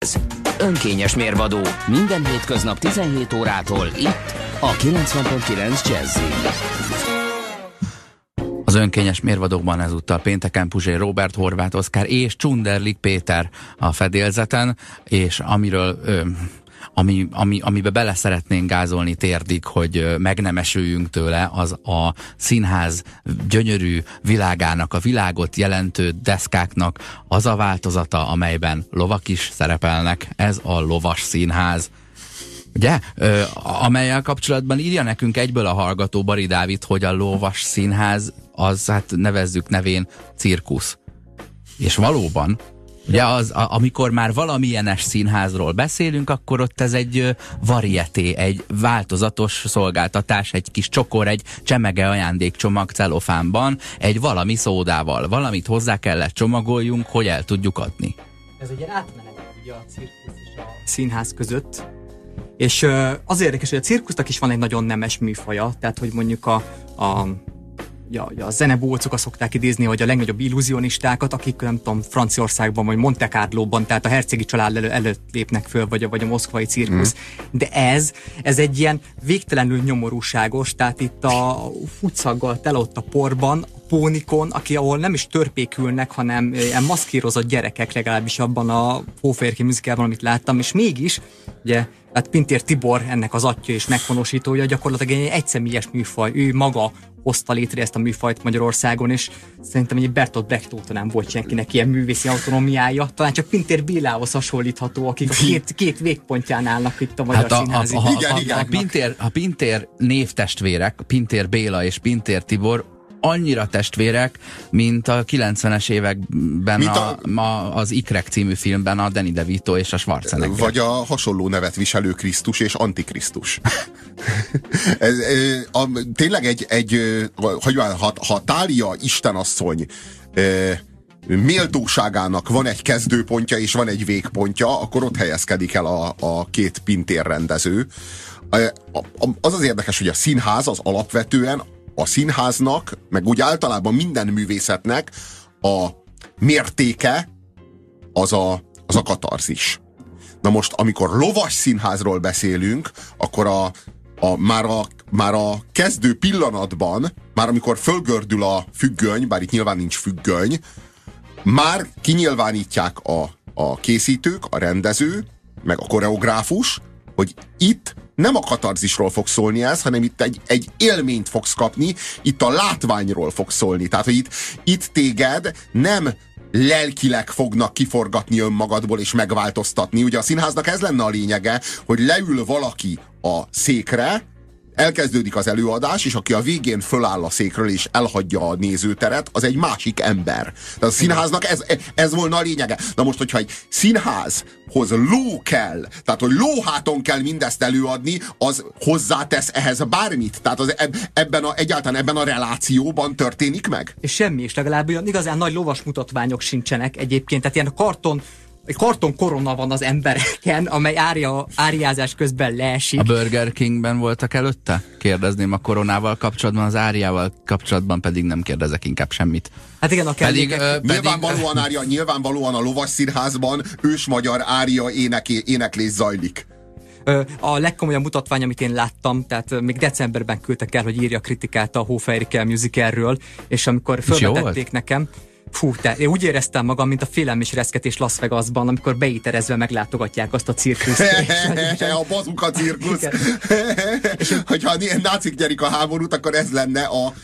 Önkényes mérvadó minden hétköznap 17 órától itt a 90.9 Jazzin. Az önkényes mérvadókban ezúttal pénteken Puzsér Róbert, Horváth Oszkár és Csunderlik Péter a fedélzeten, és amibe bele szeretnénk gázolni térdig, hogy megnemesüljünk tőle, az a színház gyönyörű világának, a világot jelentő deszkáknak az a változata, amelyben lovak is szerepelnek. Ez a Lovas Színház. Ugye? Amellyel kapcsolatban írja nekünk egyből a hallgató, Bari Dávid, hogy a Lovas Színház az, hát nevezzük nevén, cirkusz. És valóban, ugye amikor már valamilyenes színházról beszélünk, akkor ott ez egy varieté, egy változatos szolgáltatás, egy kis csokor, egy csemege ajándékcsomag celofánban, egy valami szódával. Valamit hozzá kellett csomagoljunk, hogy el tudjuk adni. Ez egy ilyen átmenet ugye a cirkusz és a színház között. És az érdekes, hogy a cirkusznak is van egy nagyon nemes műfaja, tehát hogy mondjuk a zenebócok szokták idézni, hogy a legnagyobb illúzionistákat, akik nem tudom, Franciaországban vagy Monte Carlóban, tehát a hercegi család előtt lépnek föl, vagy a moszkvai cirkusz. De ez egy ilyen végtelenül nyomorúságos, tehát itt a futszaggal tele ott a porban, a pónikon, ahol nem is törpékülnek, hanem ilyen maszkírozott gyerekek, legalábbis abban a Hófehérke musicalban, amit láttam, és mégis, ugye, hát Pintér Tibor ennek az atya és meghonosítója, gyakorlatilag egy egyszemélyes műfaj. Ő maga hozta létre ezt a műfajt Magyarországon, és szerintem egy Bertolt Brecht óta nem volt senkinek ilyen művészi autonómiája. Talán csak Pintér Bélához hasonlítható, akik a két végpontján állnak itt a magyar színházi. A Pintér névtestvérek, Pintér Béla és Pintér Tibor annyira testvérek, mint a 90-es években az Ikrek című filmben a Danny DeVito és a Schwarzenegger. Vagy a hasonló nevet viselő Krisztus és Antikrisztus. Tényleg ha Tália istenasszony méltóságának van egy kezdőpontja és van egy végpontja, akkor ott helyezkedik el a két Pintér rendező. Az érdekes, hogy a színház az alapvetően a színháznak, meg úgy általában minden művészetnek a mértéke az a katarzis. Na most, amikor lovas színházról beszélünk, akkor már a kezdő pillanatban, már amikor fölgördül a függöny, bár itt nyilván nincs függöny, már kinyilvánítják a készítők, a rendező, meg a koreográfus, hogy itt nem a katarzisról fog szólni ez, hanem itt egy élményt fogsz kapni, itt a látványról fog szólni. Tehát, hogy itt téged nem lelkileg fognak kiforgatni önmagadból és megváltoztatni. Ugye a színháznak ez lenne a lényege, hogy leül valaki a székre, elkezdődik az előadás, és aki a végén föláll a székről és elhagyja a nézőteret, az egy másik ember. Tehát a színháznak ez volna a lényege. Na most, hogyha egy színházhoz ló kell, tehát hogy lóháton kell mindezt előadni, az hozzátesz ehhez bármit? Tehát egyáltalán ebben a relációban történik meg? És semmi, és legalább olyan igazán nagy lovas mutatványok sincsenek egyébként, tehát ilyen karton korona van az embereken, amely áriázás közben leesik. A Burger Kingben voltak előtte? Kérdezném a koronával kapcsolatban, az áriával kapcsolatban pedig nem kérdezek inkább semmit. Hát igen, a nyilvánvalóan a lovas színházban ős magyar ária éneklés zajlik. A legkomolyabb mutatvány, amit én láttam, tehát még decemberben küldtek el, hogy írja kritikát a Hófehérke musicalről, és amikor felvetették nekem, én úgy éreztem magam, mint a Félelem és reszketés Las Vegasban, amikor beíterezve meglátogatják azt a cirkuszt. A bazuka cirkusz. Hogyha a nácik nyerik a háborút, akkor ez lenne a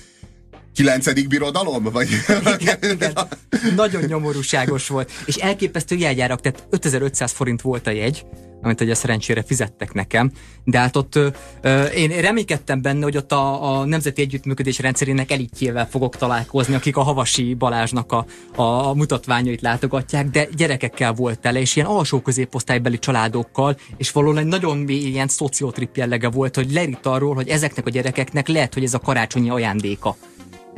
9. birodalom? Vagy? Igen. Nagyon nyomorúságos volt. És elképesztő jegyárak, tehát 5500 forint volt a jegy, amit ugye szerencsére fizettek nekem, de hát ott én reménykedtem benne, hogy ott a Nemzeti Együttműködés rendszerének elitjével fogok találkozni, akik a Havasi Balázsnak a mutatványait látogatják, de gyerekekkel volt tele, és ilyen alsó középosztálybeli családokkal, és valóban egy nagyon mély ilyen szociotrip jellege volt, hogy leírt arról, hogy ezeknek a gyerekeknek lehet, hogy ez a karácsonyi ajándéka.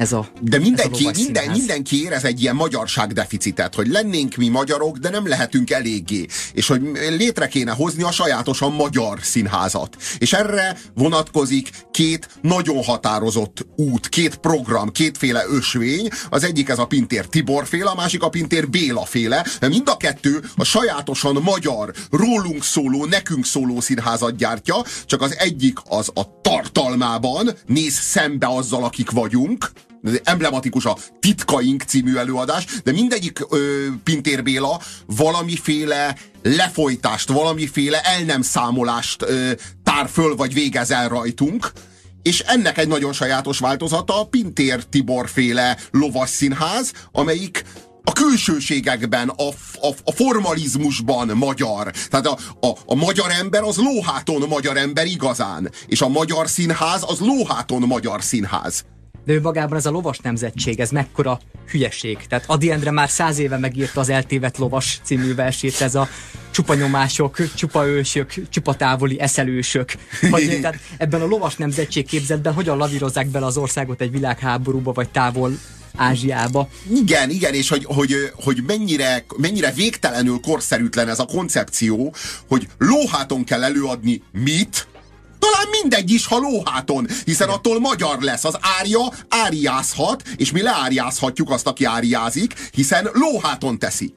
De mindenki érez egy ilyen magyarságdeficitet, hogy lennénk mi magyarok, de nem lehetünk eléggé. És hogy létre kéne hozni a sajátosan magyar színházat. És erre vonatkozik két nagyon határozott út, két program, kétféle ösvény. Az egyik ez a Pintér Tibor féle, a másik a Pintér Béla féle. Mind a kettő a sajátosan magyar, rólunk szóló, nekünk szóló színházat gyártja, csak az egyik az a tartalmában néz szembe azzal, akik vagyunk. Emblematikus a Titkaink című előadás, de mindegyik Pintér Béla valamiféle lefolytást, valamiféle el nem számolást tár föl, vagy végez el rajtunk, és ennek egy nagyon sajátos változata a Pintér Tibor féle lovasszínház, amelyik a külsőségekben, a formalizmusban magyar. Tehát a magyar ember az lóháton magyar ember igazán, és a magyar színház az lóháton magyar színház. De ő magában ez a lovas nemzetség, ez mekkora hülyeség. Tehát Ady Endre már 100 éve megírta az Eltévedt lovas című versét, ez a csupa nyomások, csupa ősök, csupa távoli eszelősök. Tehát ebben a lovas nemzetség képzetben hogyan lavírozzák bele az országot egy világháborúba, vagy távol Ázsiába. Igen, és hogy mennyire végtelenül korszerűtlen ez a koncepció, hogy lóháton kell előadni mit? Talán mindegy is, ha lóháton, hiszen attól magyar lesz. Az árja áriázhat, és mi leáriázhatjuk azt, aki áriázik, hiszen lóháton teszi.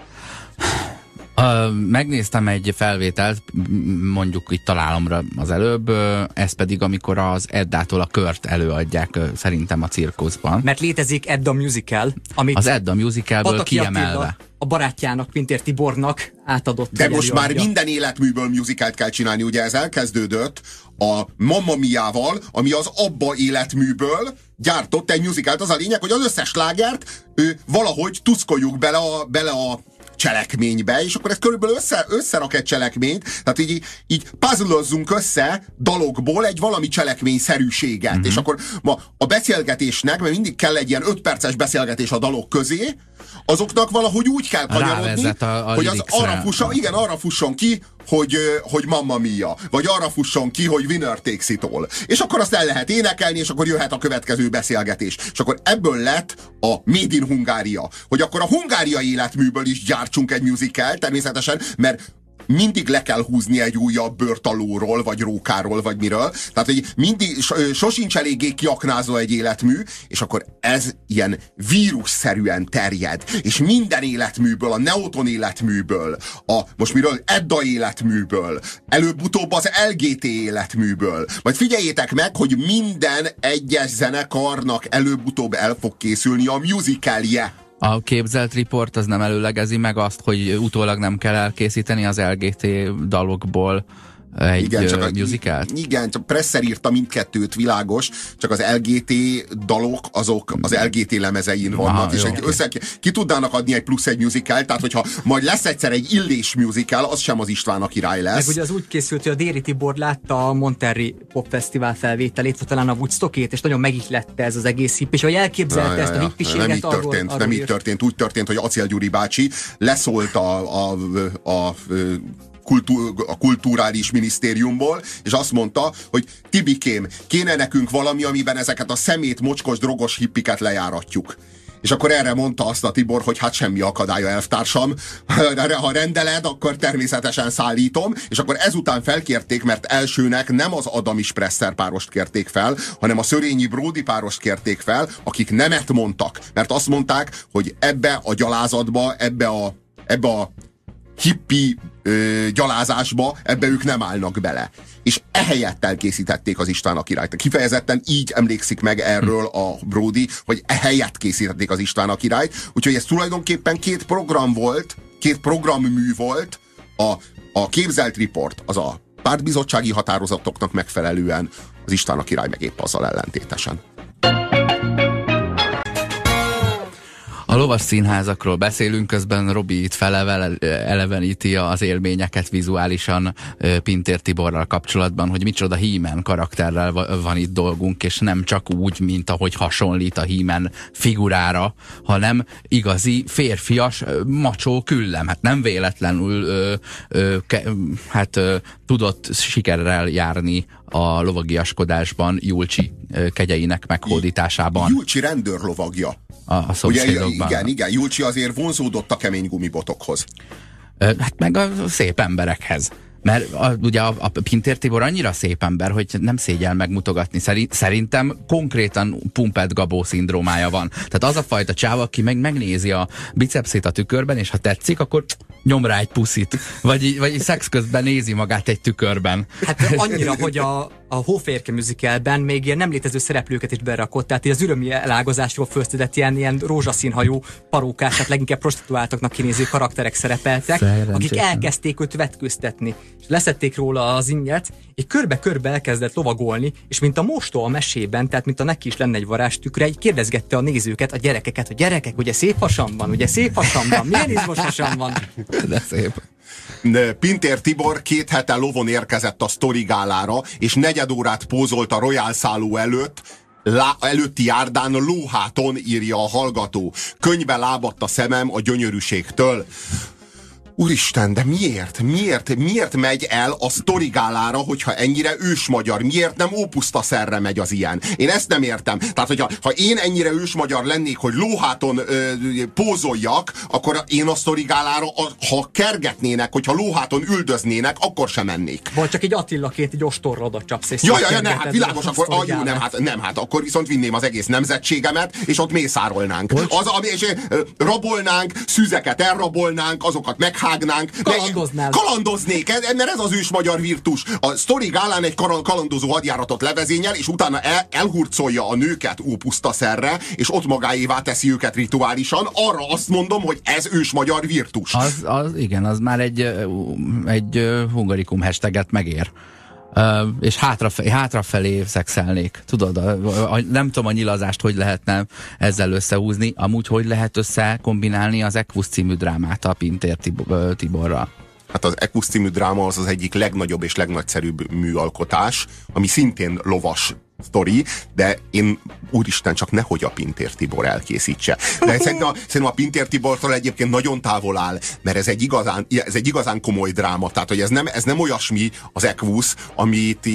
Megnéztem egy felvételt, mondjuk itt találomra az előbb, ez pedig amikor az Eddától a Kört előadják szerintem a cirkuszban. Mert létezik Edda Musical, amit az Edda Musicalből Pataki kiemelve. Attila a barátjának, Pintér Tibornak átadott. De most már minden életműből musicalt kell csinálni, ugye ez elkezdődött a Mamma Mia-val, ami az Abba életműből gyártott egy musicalt. Az a lényeg, hogy az összes slágert valahogy tuszkoljuk bele a cselekménybe, és akkor ez körülbelül összerak egy cselekményt, tehát így puzzle-ozzunk össze dalokból egy valami cselekményszerűséget, és akkor ma a beszélgetésnek, mert mindig kell egy ilyen 5 perces beszélgetés a dalok közé, azoknak valahogy úgy kell kanyarodni, hogy az arra fusson ki, hogy Mamma Mia, vagy arra fusson ki, hogy Winner Takes It All. És akkor azt el lehet énekelni, és akkor jöhet a következő beszélgetés. És akkor ebből lett a Made in Hungária. Hogy akkor a hungáriai életműből is gyártsunk egy musical, természetesen, mert mindig le kell húzni egy újabb bőrt alóról, vagy rókáról, vagy miről. Tehát, hogy mindig sosincs eléggé kiaknázó egy életmű, és akkor ez ilyen vírusszerűen terjed. És minden életműből, a Neoton életműből, most miről? Edda életműből, előbb-utóbb az LGT életműből. Majd figyeljétek meg, hogy minden egyes zenekarnak előbb-utóbb el fog készülni a musicalje. A képzelt riport az nem előlegezi meg azt, hogy utólag nem kell elkészíteni az LGT dalokból egy musicalt? Igen, csak Presser írta mindkettőt, világos, csak az LGT dalok, azok az LGT lemezein vannak, és ki tudnának adni egy plusz egy musicalt, tehát hogyha majd lesz egyszer egy Illés musical, az sem az István a király lesz. Meg ugye az úgy készült, hogy a Déri Tibor látta a Monterrey Pop Fesztivál felvételét, vagy talán a Woodstockét, és nagyon megihlette ez az egész hipp, és hogy elképzelte ezt a hippiséget, nem így történt, úgy történt, hogy Acél Gyuri bácsi leszólt a kulturális minisztériumból, és azt mondta, hogy Tibikém, kéne nekünk valami, amiben ezeket a szemét, mocskos, drogos hippiket lejáratjuk. És akkor erre mondta azt a Tibor, hogy hát semmi akadálya, elvtársam, ha rendeled, akkor természetesen szállítom, és akkor ezután felkérték, mert elsőnek nem az Adamis Presser párost kérték fel, hanem a Szörényi Bródi párost kérték fel, akik nemet mondtak, mert azt mondták, hogy ebbe a gyalázatba, ebbe a hippi gyalázásba, ebbe ők nem állnak bele. És ehelyett elkészítették az István a királyt. Kifejezetten így emlékszik meg erről a Bródi, hogy ehelyett készítették az István a királyt. Úgyhogy ez tulajdonképpen két programmű volt. A képzelt riport, az a pártbizottsági határozatoknak megfelelően, az István a király meg épp azzal ellentétesen. A lovas színházakról beszélünk, közben Robi itt eleveníti az élményeket vizuálisan Pintér Tiborral kapcsolatban, hogy micsoda He-Man karakterrel van itt dolgunk, és nem csak úgy, mint ahogy hasonlít a He-Man figurára, hanem igazi férfias macsó küllem. Hát nem véletlenül tudott sikerrel járni a lovagiaskodásban Julcsi kegyeinek meghódításában. Julcsi rendőrlovagja. A szomszédokban. Igen, Julcsi azért vonzódott a kemény gumibotokhoz. Hát meg a szép emberekhez. Mert ugye a Pintér Tibor annyira szép ember, hogy nem szégyel megmutogatni. Szerintem konkrétan Pumped Gabó szindrómája van. Tehát az a fajta csáv, aki megnézi a bicepszét a tükörben, és ha tetszik, akkor nyom rá egy puszit. Vagy szex közben nézi magát egy tükörben. Hát annyira, hogy a Hófehérke musicalben még ilyen nem létező szereplőket is berakott, tehát az ürömi elágazásról fölszedett ilyen rózsaszínhajú parókás, tehát leginkább prostituáltaknak kinéző karakterek szerepeltek, akik elkezdték őt vetköztetni. És leszették róla az inget, és körbe-körbe elkezdett lovagolni, és mint a Mostó a mesében, tehát mint a neki is lenne egy varázstükre, így kérdezgette a nézőket, a gyerekeket, hogy gyerekek, ugye szép hasam van, milyen izmos hasam van. De szép. Pintér Tibor 2 hete lovon érkezett a Sztori gálára, és 4 órát pózolt a Royal szálló előtti járdán lóháton, írja a hallgató. Könnybe lábadt a szemem a gyönyörűségtől. Úristen, de miért megy el a Sztori gálára, hogyha ennyire ősmagyar? Miért nem Ópusztaszerre megy az ilyen? Én ezt nem értem. Tehát, hogyha én ennyire ősmagyar lennék, hogy lóháton pózoljak, akkor én a Sztori gálára, ha kergetnének, hogyha lóháton üldöznének, akkor sem mennék. Vagy csak egy Attilaként egy ostorra oda csapsz. Hát világos, akkor akkor viszont vinném az egész nemzetségemet, és ott mészárolnánk. És rabolnánk, szűzeket elrabolnánk, azokat meghágnánk. Kalandoznék, mert ez az ősmagyar virtus. A Sztori gálán egy kalandozó hadjáratot levezényel, és utána elhurcolja a nőket Ópusztaszerre, és ott magáévá teszi őket rituálisan. Arra azt mondom, hogy ez ősmagyar virtus. Igen, az már egy hungarikum hashtaget megér. És hátrafelé szexelnék. Tudod, nem tudom a nyilazást, hogy lehetne ezzel összehúzni. Amúgy hogy lehet összekombinálni az Equus című drámát a Pintér Tiborral? Hát az Equus című dráma az egyik legnagyobb és legnagyszerűbb műalkotás, ami szintén lovas sztori, de én úristen csak nehogy a Pintér Tibor elkészítse. De szerintem a Pintér Tibortól egyébként nagyon távol áll, mert ez egy igazán komoly dráma. Tehát, hogy ez nem olyasmi az Equus, amit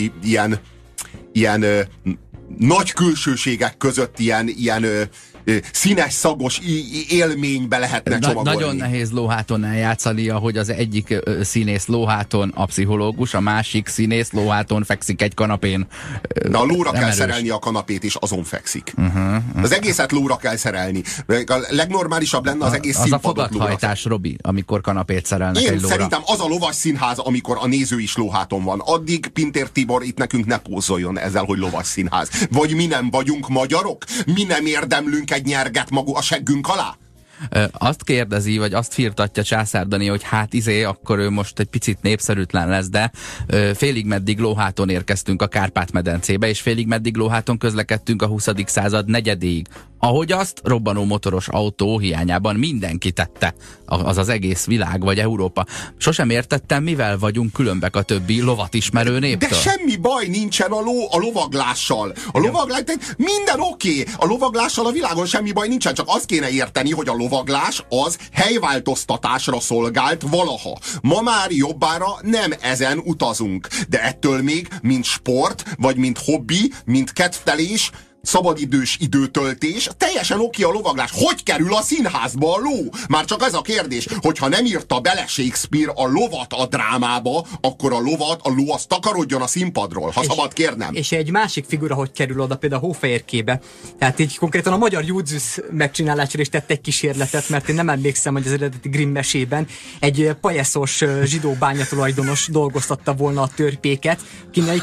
ilyen nagy külsőségek között ilyen színes, szagos élménybe lehetne csomagolni. Nagyon nehéz lóháton eljátszani, ahogy az egyik színész lóháton a pszichológus, a másik színész lóháton fekszik egy kanapén. De a lóra kell szerelni a kanapét, és azon fekszik. Az egészet lóra kell szerelni. A legnormálisabb lenne az egész színpadot lóra. Az a fogathajtás, Robi, amikor kanapét szerelnek egy lóra. Szerintem az a lovas színház, amikor a néző is lóháton van. Addig Pintér Tibor itt nekünk ne pózoljon ezzel, hogy lovas színház. Vagy mi nem vagyunk magyarok? Mi nem érdemlünk egy nyerget magu a seggünk alá? Azt kérdezi, vagy azt firtatja Császár Dani, hogy hát akkor ő most egy picit népszerűtlen lesz, de félig meddig lóháton érkeztünk a Kárpát-medencébe, és félig meddig lóháton közlekedtünk a 20. század negyedéig. Ahogy azt robbanó motoros autó hiányában mindenki tette, az egész világ, vagy Európa. Sosem értettem, mivel vagyunk különbek a többi lovat ismerő néptől. De semmi baj nincsen a lovaglással. Minden oké. A lovaglással a világon semmi baj nincsen, csak azt kéne érteni, hogy a lovaglás az helyváltoztatásra szolgált valaha. Ma már jobbára nem ezen utazunk. De ettől még, mint sport, vagy mint hobbi, mint kedvtelés, szabadidős időtöltés, teljesen oké a lovaglás. Hogy kerül a színházba a ló? Már csak ez a kérdés, hogyha nem írta bele Shakespeare a lovat a drámába, akkor a ló az takarodjon a színpadról, ha szabad kérnem. És egy másik figura, hogy kerül oda, például a Hófehérkébe. Tehát így konkrétan a magyar Júdzius megcsinálásra is tett egy kísérletet, mert én nem emlékszem, hogy az eredeti Grimm mesében egy pajeszos zsidó bányatulajdonos dolgoztatta volna a törpéket, kinek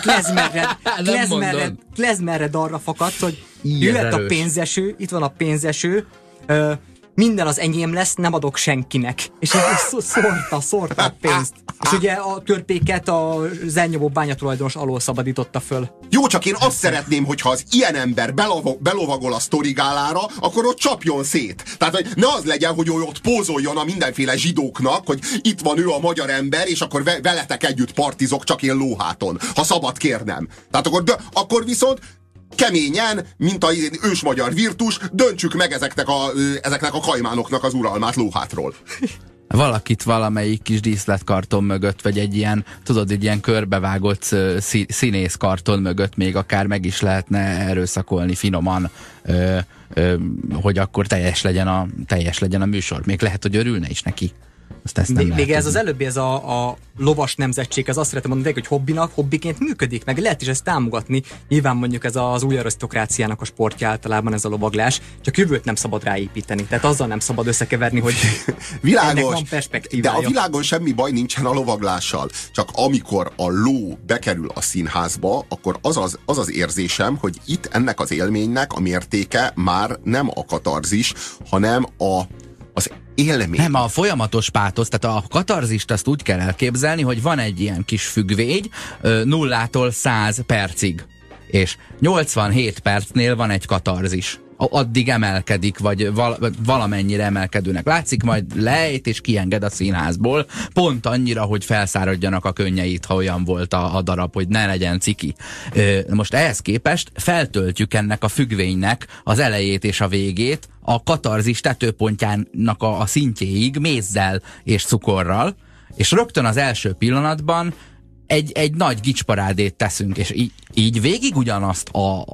klezmerred arra fakadt, hogy jöhet a pénzeső, itt van a pénzeső, minden az enyém lesz, nem adok senkinek. És szórta a pénzt. És ugye a törpéket az elnyomó bányatulajdonos alól szabadította föl. Jó, csak én azt szeretném, hogyha az ilyen ember belovagol a sztorigálára, akkor ott csapjon szét. Tehát, hogy ne az legyen, hogy ő ott pózoljon a mindenféle zsidóknak, hogy itt van ő a magyar ember, és akkor veletek együtt partizok, csak én lóháton, ha szabad kérnem. Tehát akkor viszont keményen, mint a ős magyar virtus, döntsük meg ezeknek a kajmánoknak az uralmát lóhátról. Valakit valamelyik kis díszletkarton mögött, vagy egy ilyen, tudod, egy ilyen körbevágott színészkarton mögött még akár meg is lehetne erőszakolni finoman, hogy akkor teljes legyen a műsor. Még lehet, hogy örülne is neki. Még ez az előbbi, ez a lovas nemzetség, ez azt szeretem mondani, hogy hobbiként működik, meg lehet is ezt támogatni. Nyilván mondjuk ez az új arisztokráciának a sportja általában, ez a lovaglás, csak jövőt nem szabad ráépíteni. Tehát azzal nem szabad összekeverni, hogy ennek van perspektívája. De a világon semmi baj nincsen a lovaglással. Csak amikor a ló bekerül a színházba, akkor az az érzésem, hogy itt ennek az élménynek a mértéke már nem a katarzis, hanem az élmény. Nem, a folyamatos pátosz, tehát a katarzist azt úgy kell elképzelni, hogy van egy ilyen kis függvény 0-tól 100 percig, és 87 percnél van egy katarzis. Addig emelkedik, vagy valamennyire emelkedőnek látszik, majd lejt és kienged a színházból, pont annyira, hogy felszáradjanak a könnyeit, ha olyan volt a darab, hogy ne legyen ciki. Most ehhez képest feltöltjük ennek a függvénynek az elejét és a végét a katarzis tetőpontjának a szintjéig mézzel és cukorral, és rögtön az első pillanatban egy nagy gicsparádét teszünk, és így végig ugyanazt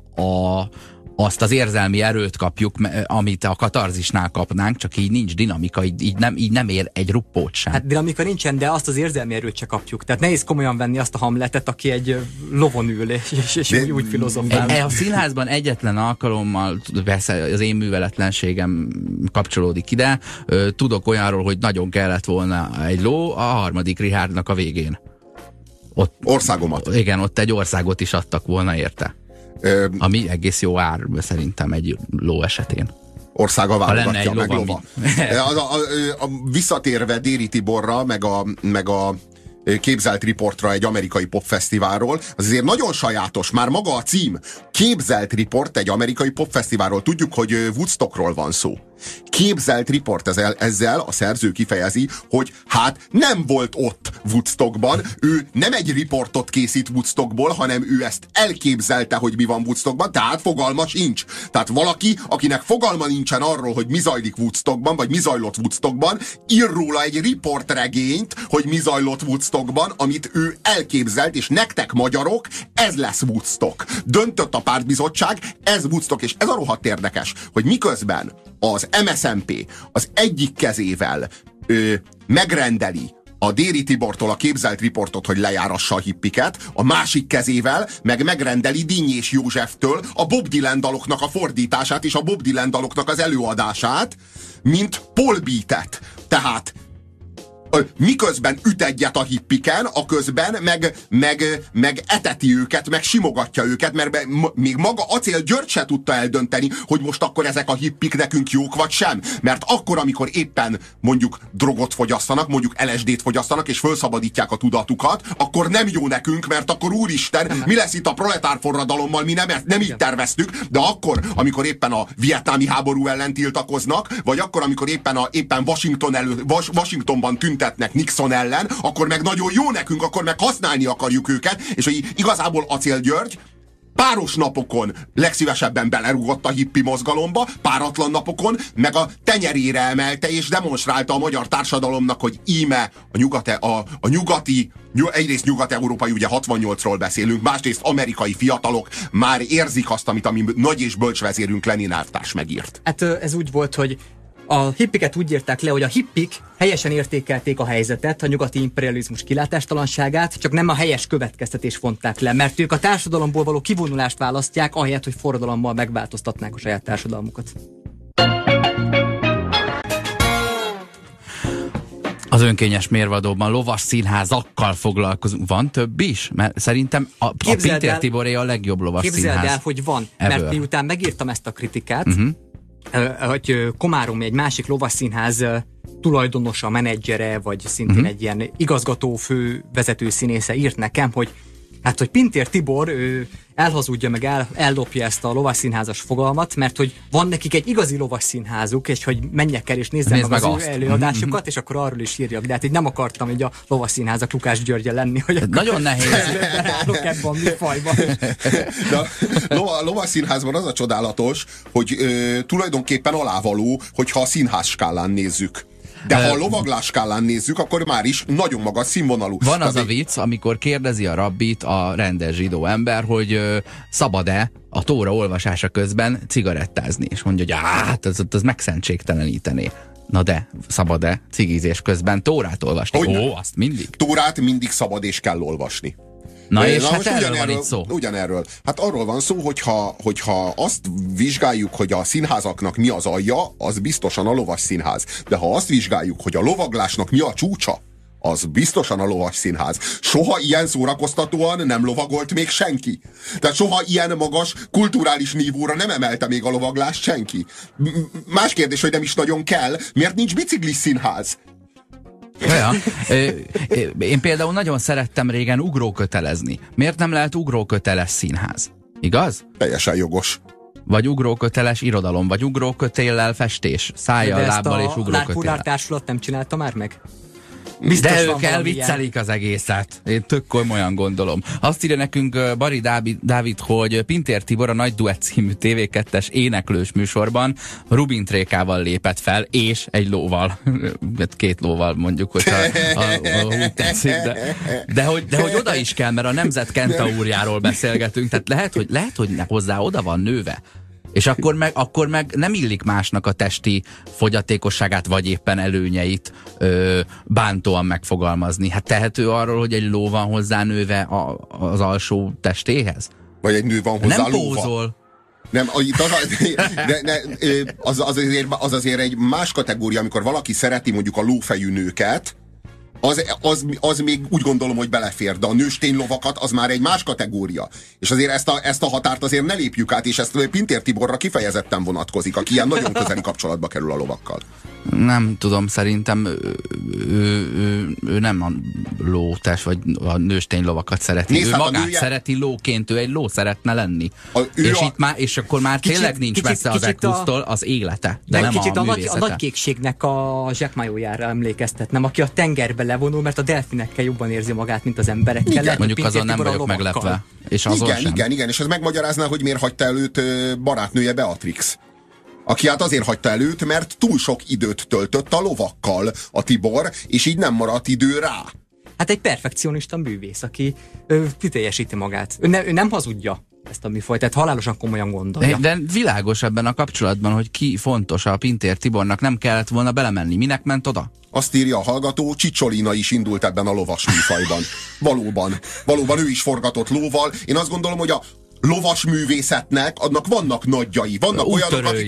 azt az érzelmi erőt kapjuk, amit a katarzisnál kapnánk, csak így nincs dinamika, így nem ér egy ruppót sem. Hát dinamika nincsen, de azt az érzelmi erőt se kapjuk. Tehát nehéz komolyan venni azt a Hamletet, aki egy lovon ül, és úgy filozofál. A színházban egyetlen alkalommal, persze az én műveletlenségem kapcsolódik ide, tudok olyanról, hogy nagyon kellett volna egy ló a harmadik Richardnak a végén. Országomat. Igen, ott egy országot is adtak volna érte. Ami egész jó ár szerintem egy ló esetén. Országa válogatja meg lova. Visszatérve Déri Tiborra, meg a Képzelt riportra egy amerikai popfesztiválról, az azért nagyon sajátos, már maga a cím. Képzelt riport egy amerikai popfesztiválról. Tudjuk, hogy Woodstockról van szó. Képzelt riport, ezzel a szerző kifejezi, hogy hát nem volt ott Woodstockban, ő nem egy riportot készít Woodstockból, hanem ő ezt elképzelte, hogy mi van Woodstockban, tehát fogalma sincs. Tehát valaki, akinek fogalma nincsen arról, hogy mi zajlik Woodstockban, vagy mi zajlott Woodstockban, ír róla egy riportregényt, hogy mi zajlott Woodstockban, amit ő elképzelt, és nektek magyarok, ez lesz Woodstock. Döntött a pártbizottság, ez Woodstock, és ez a rohadt érdekes, hogy miközben az MSZNP az egyik kezével megrendeli a Déri Tibortól a Képzelt riportot, hogy lejárassa a hippiket, a másik kezével meg megrendeli Dinnyés Józseftől a Bob Dylan daloknak a fordítását és a Bob Dylan daloknak az előadását, mint Paul Beatet. Tehát miközben üt egyet a hippiken, aközben meg eteti őket, meg simogatja őket, mert még maga Acél György se tudta eldönteni, hogy most akkor ezek a hippik nekünk jók vagy sem. Mert akkor, amikor éppen mondjuk drogot fogyasztanak, mondjuk LSD-t fogyasztanak, és felszabadítják a tudatukat, akkor nem jó nekünk, mert akkor úristen, mi lesz itt a proletár forradalommal, mi nem így terveztük, de akkor, amikor éppen a vietnámi háború ellen tiltakoznak, vagy akkor, amikor éppen Washingtonban tüntetnek Nixon ellen, akkor meg nagyon jó nekünk, akkor meg használni akarjuk őket, és hogy igazából Acél György páros napokon legszívesebben belerúgott a hippi mozgalomba, páratlan napokon meg a tenyerére emelte és demonstrálta a magyar társadalomnak, hogy íme a nyugati, egyrészt nyugat-európai, ugye 68-ról beszélünk, másrészt amerikai fiatalok már érzik azt, amit a mi nagy és bölcs vezérünk Lenin elvtárs megírt. Hát ez úgy volt, hogy a hippiket úgy írták le, hogy a hippik helyesen értékelték a helyzetet, a nyugati imperializmus kilátástalanságát, csak nem a helyes következtetést vonták le, mert ők a társadalomból való kivonulást választják, ahelyett, hogy forradalommal megváltoztatnák a saját társadalmukat. Az önkényes mérvadóban lovas színházakkal foglalkozunk. Van több is? Mert szerintem a Pintér Tiboré a legjobb lovas színház. Képzeld el, hogy van, ever. mert miután megírtam ezt a kritikát, hogy Komáromi egy másik lovasszínház tulajdonosa, menedzsere, vagy szintén egy ilyen igazgató fő vezető színésze írt nekem, hogy hát, hogy Pintér Tibor elhazudja, meg ellopja ezt a lovasszínházas fogalmat, mert hogy van nekik egy igazi lovasszínházuk, és hogy menjek el és nézzem meg az ő előadásukat, és akkor arról is írjak. De hát így nem akartam így a lovasszínházak Lukács Györgye lenni, hogy nagyon nehéz. Állok ebben a műfajban. De a lovasszínházban az a csodálatos, hogy tulajdonképpen alávaló, hogyha a színház skálán nézzük. De ha a lovaglás skálán nézzük, akkor már is nagyon magas színvonalú. Van az a vicc, amikor kérdezi a rabbit a rendes zsidó ember, hogy szabad-e a tóra olvasása közben cigarettázni, és mondja, hogy hát ez megszentségtelenítené. Na de, szabad-e cigizés közben tórát olvasni? Ó, azt mindig. Tórát mindig szabad és kell olvasni. Na és hát erről van itt szó. Ugyanerről. Hát arról van szó, hogyha azt vizsgáljuk, hogy a színházaknak mi az alja, az biztosan a lovas színház. De ha azt vizsgáljuk, hogy a lovaglásnak mi a csúcsa, az biztosan a lovas színház. Soha ilyen szórakoztatóan nem lovagolt még senki. Tehát soha ilyen magas kulturális nívóra nem emelte még a lovaglást senki. Más kérdés, hogy nem is nagyon kell. Miért nincs biciklis színház? Ja. Én például nagyon szerettem régen ugrókötelezni. Miért nem lehet ugróköteles színház? Igaz? Teljesen jogos. Vagy ugróköteles irodalom, vagy ugrókötéllel festés, szájjal, lábbal és ugrókötéllel. De ezt a Lárpulár társulat nem csinálta már meg? Biztos de ők elviccelik az egészet. Én tök komolyan gondolom. Azt írja nekünk Bari Dávid, hogy Pintér Tibor a Nagy Duett című TV2-es éneklős műsorban Rubin Trékával lépett fel, és egy lóval. Két lóval mondjuk, hogyha úgy tetszik. De hogy oda is kell, mert a Nemzet Kentaurjáról beszélgetünk, tehát lehet, hogy hozzá oda van nőve. És akkor meg nem illik másnak a testi fogyatékosságát, vagy éppen előnyeit bántóan megfogalmazni. Hát tehető arról, hogy egy ló van hozzá nőve az alsó testéhez? Vagy egy nő van hozzá nem lóva? Pózol. Nem, az azért egy más kategória, amikor valaki szereti mondjuk a lófejű nőket, az még úgy gondolom, hogy belefér, de a nőstény lovakat az már egy más kategória. És azért ezt a határt azért ne lépjük át, és ezt Pintér Tiborra kifejezetten vonatkozik, aki ilyen nagyon közeli kapcsolatba kerül a lovakkal. Nem tudom, szerintem ő nem a lótes, vagy a nőstény lovakat szereti. Nézd, ő magát szereti lóként, ő egy ló szeretne lenni. És akkor már tényleg nincs messze az Equustól az élete, de nem kicsit a művészete. A nagykékségnek a zsákmájójára emlékeztet, nem? Aki a tengerbe levonul, mert a delfinekkel jobban érzi magát, mint az emberekkel. Igen. Lehet, mondjuk azon nem vagyok meglepve. És igen, és ez megmagyarázná, hogy miért hagyta előtt barátnője Beatrix. Aki hát azért hagyta előtt, mert túl sok időt töltött a lovakkal a Tibor, és így nem maradt idő rá. Hát egy perfekcionista művész, aki kiteljesíti magát. Ő nem hazudja ezt a műfajt, tehát halálosan komolyan gondolja. De világos ebben a kapcsolatban, hogy ki fontos a Pintér Tibornak, nem kellett volna belemenni. Minek ment oda? Azt írja a hallgató, Csicsolina is indult ebben a lovas műfajban. Valóban ő is forgatott lóval. Én azt gondolom, hogy a lovas művészetnek, annak vannak nagyjai, vannak olyanok, akik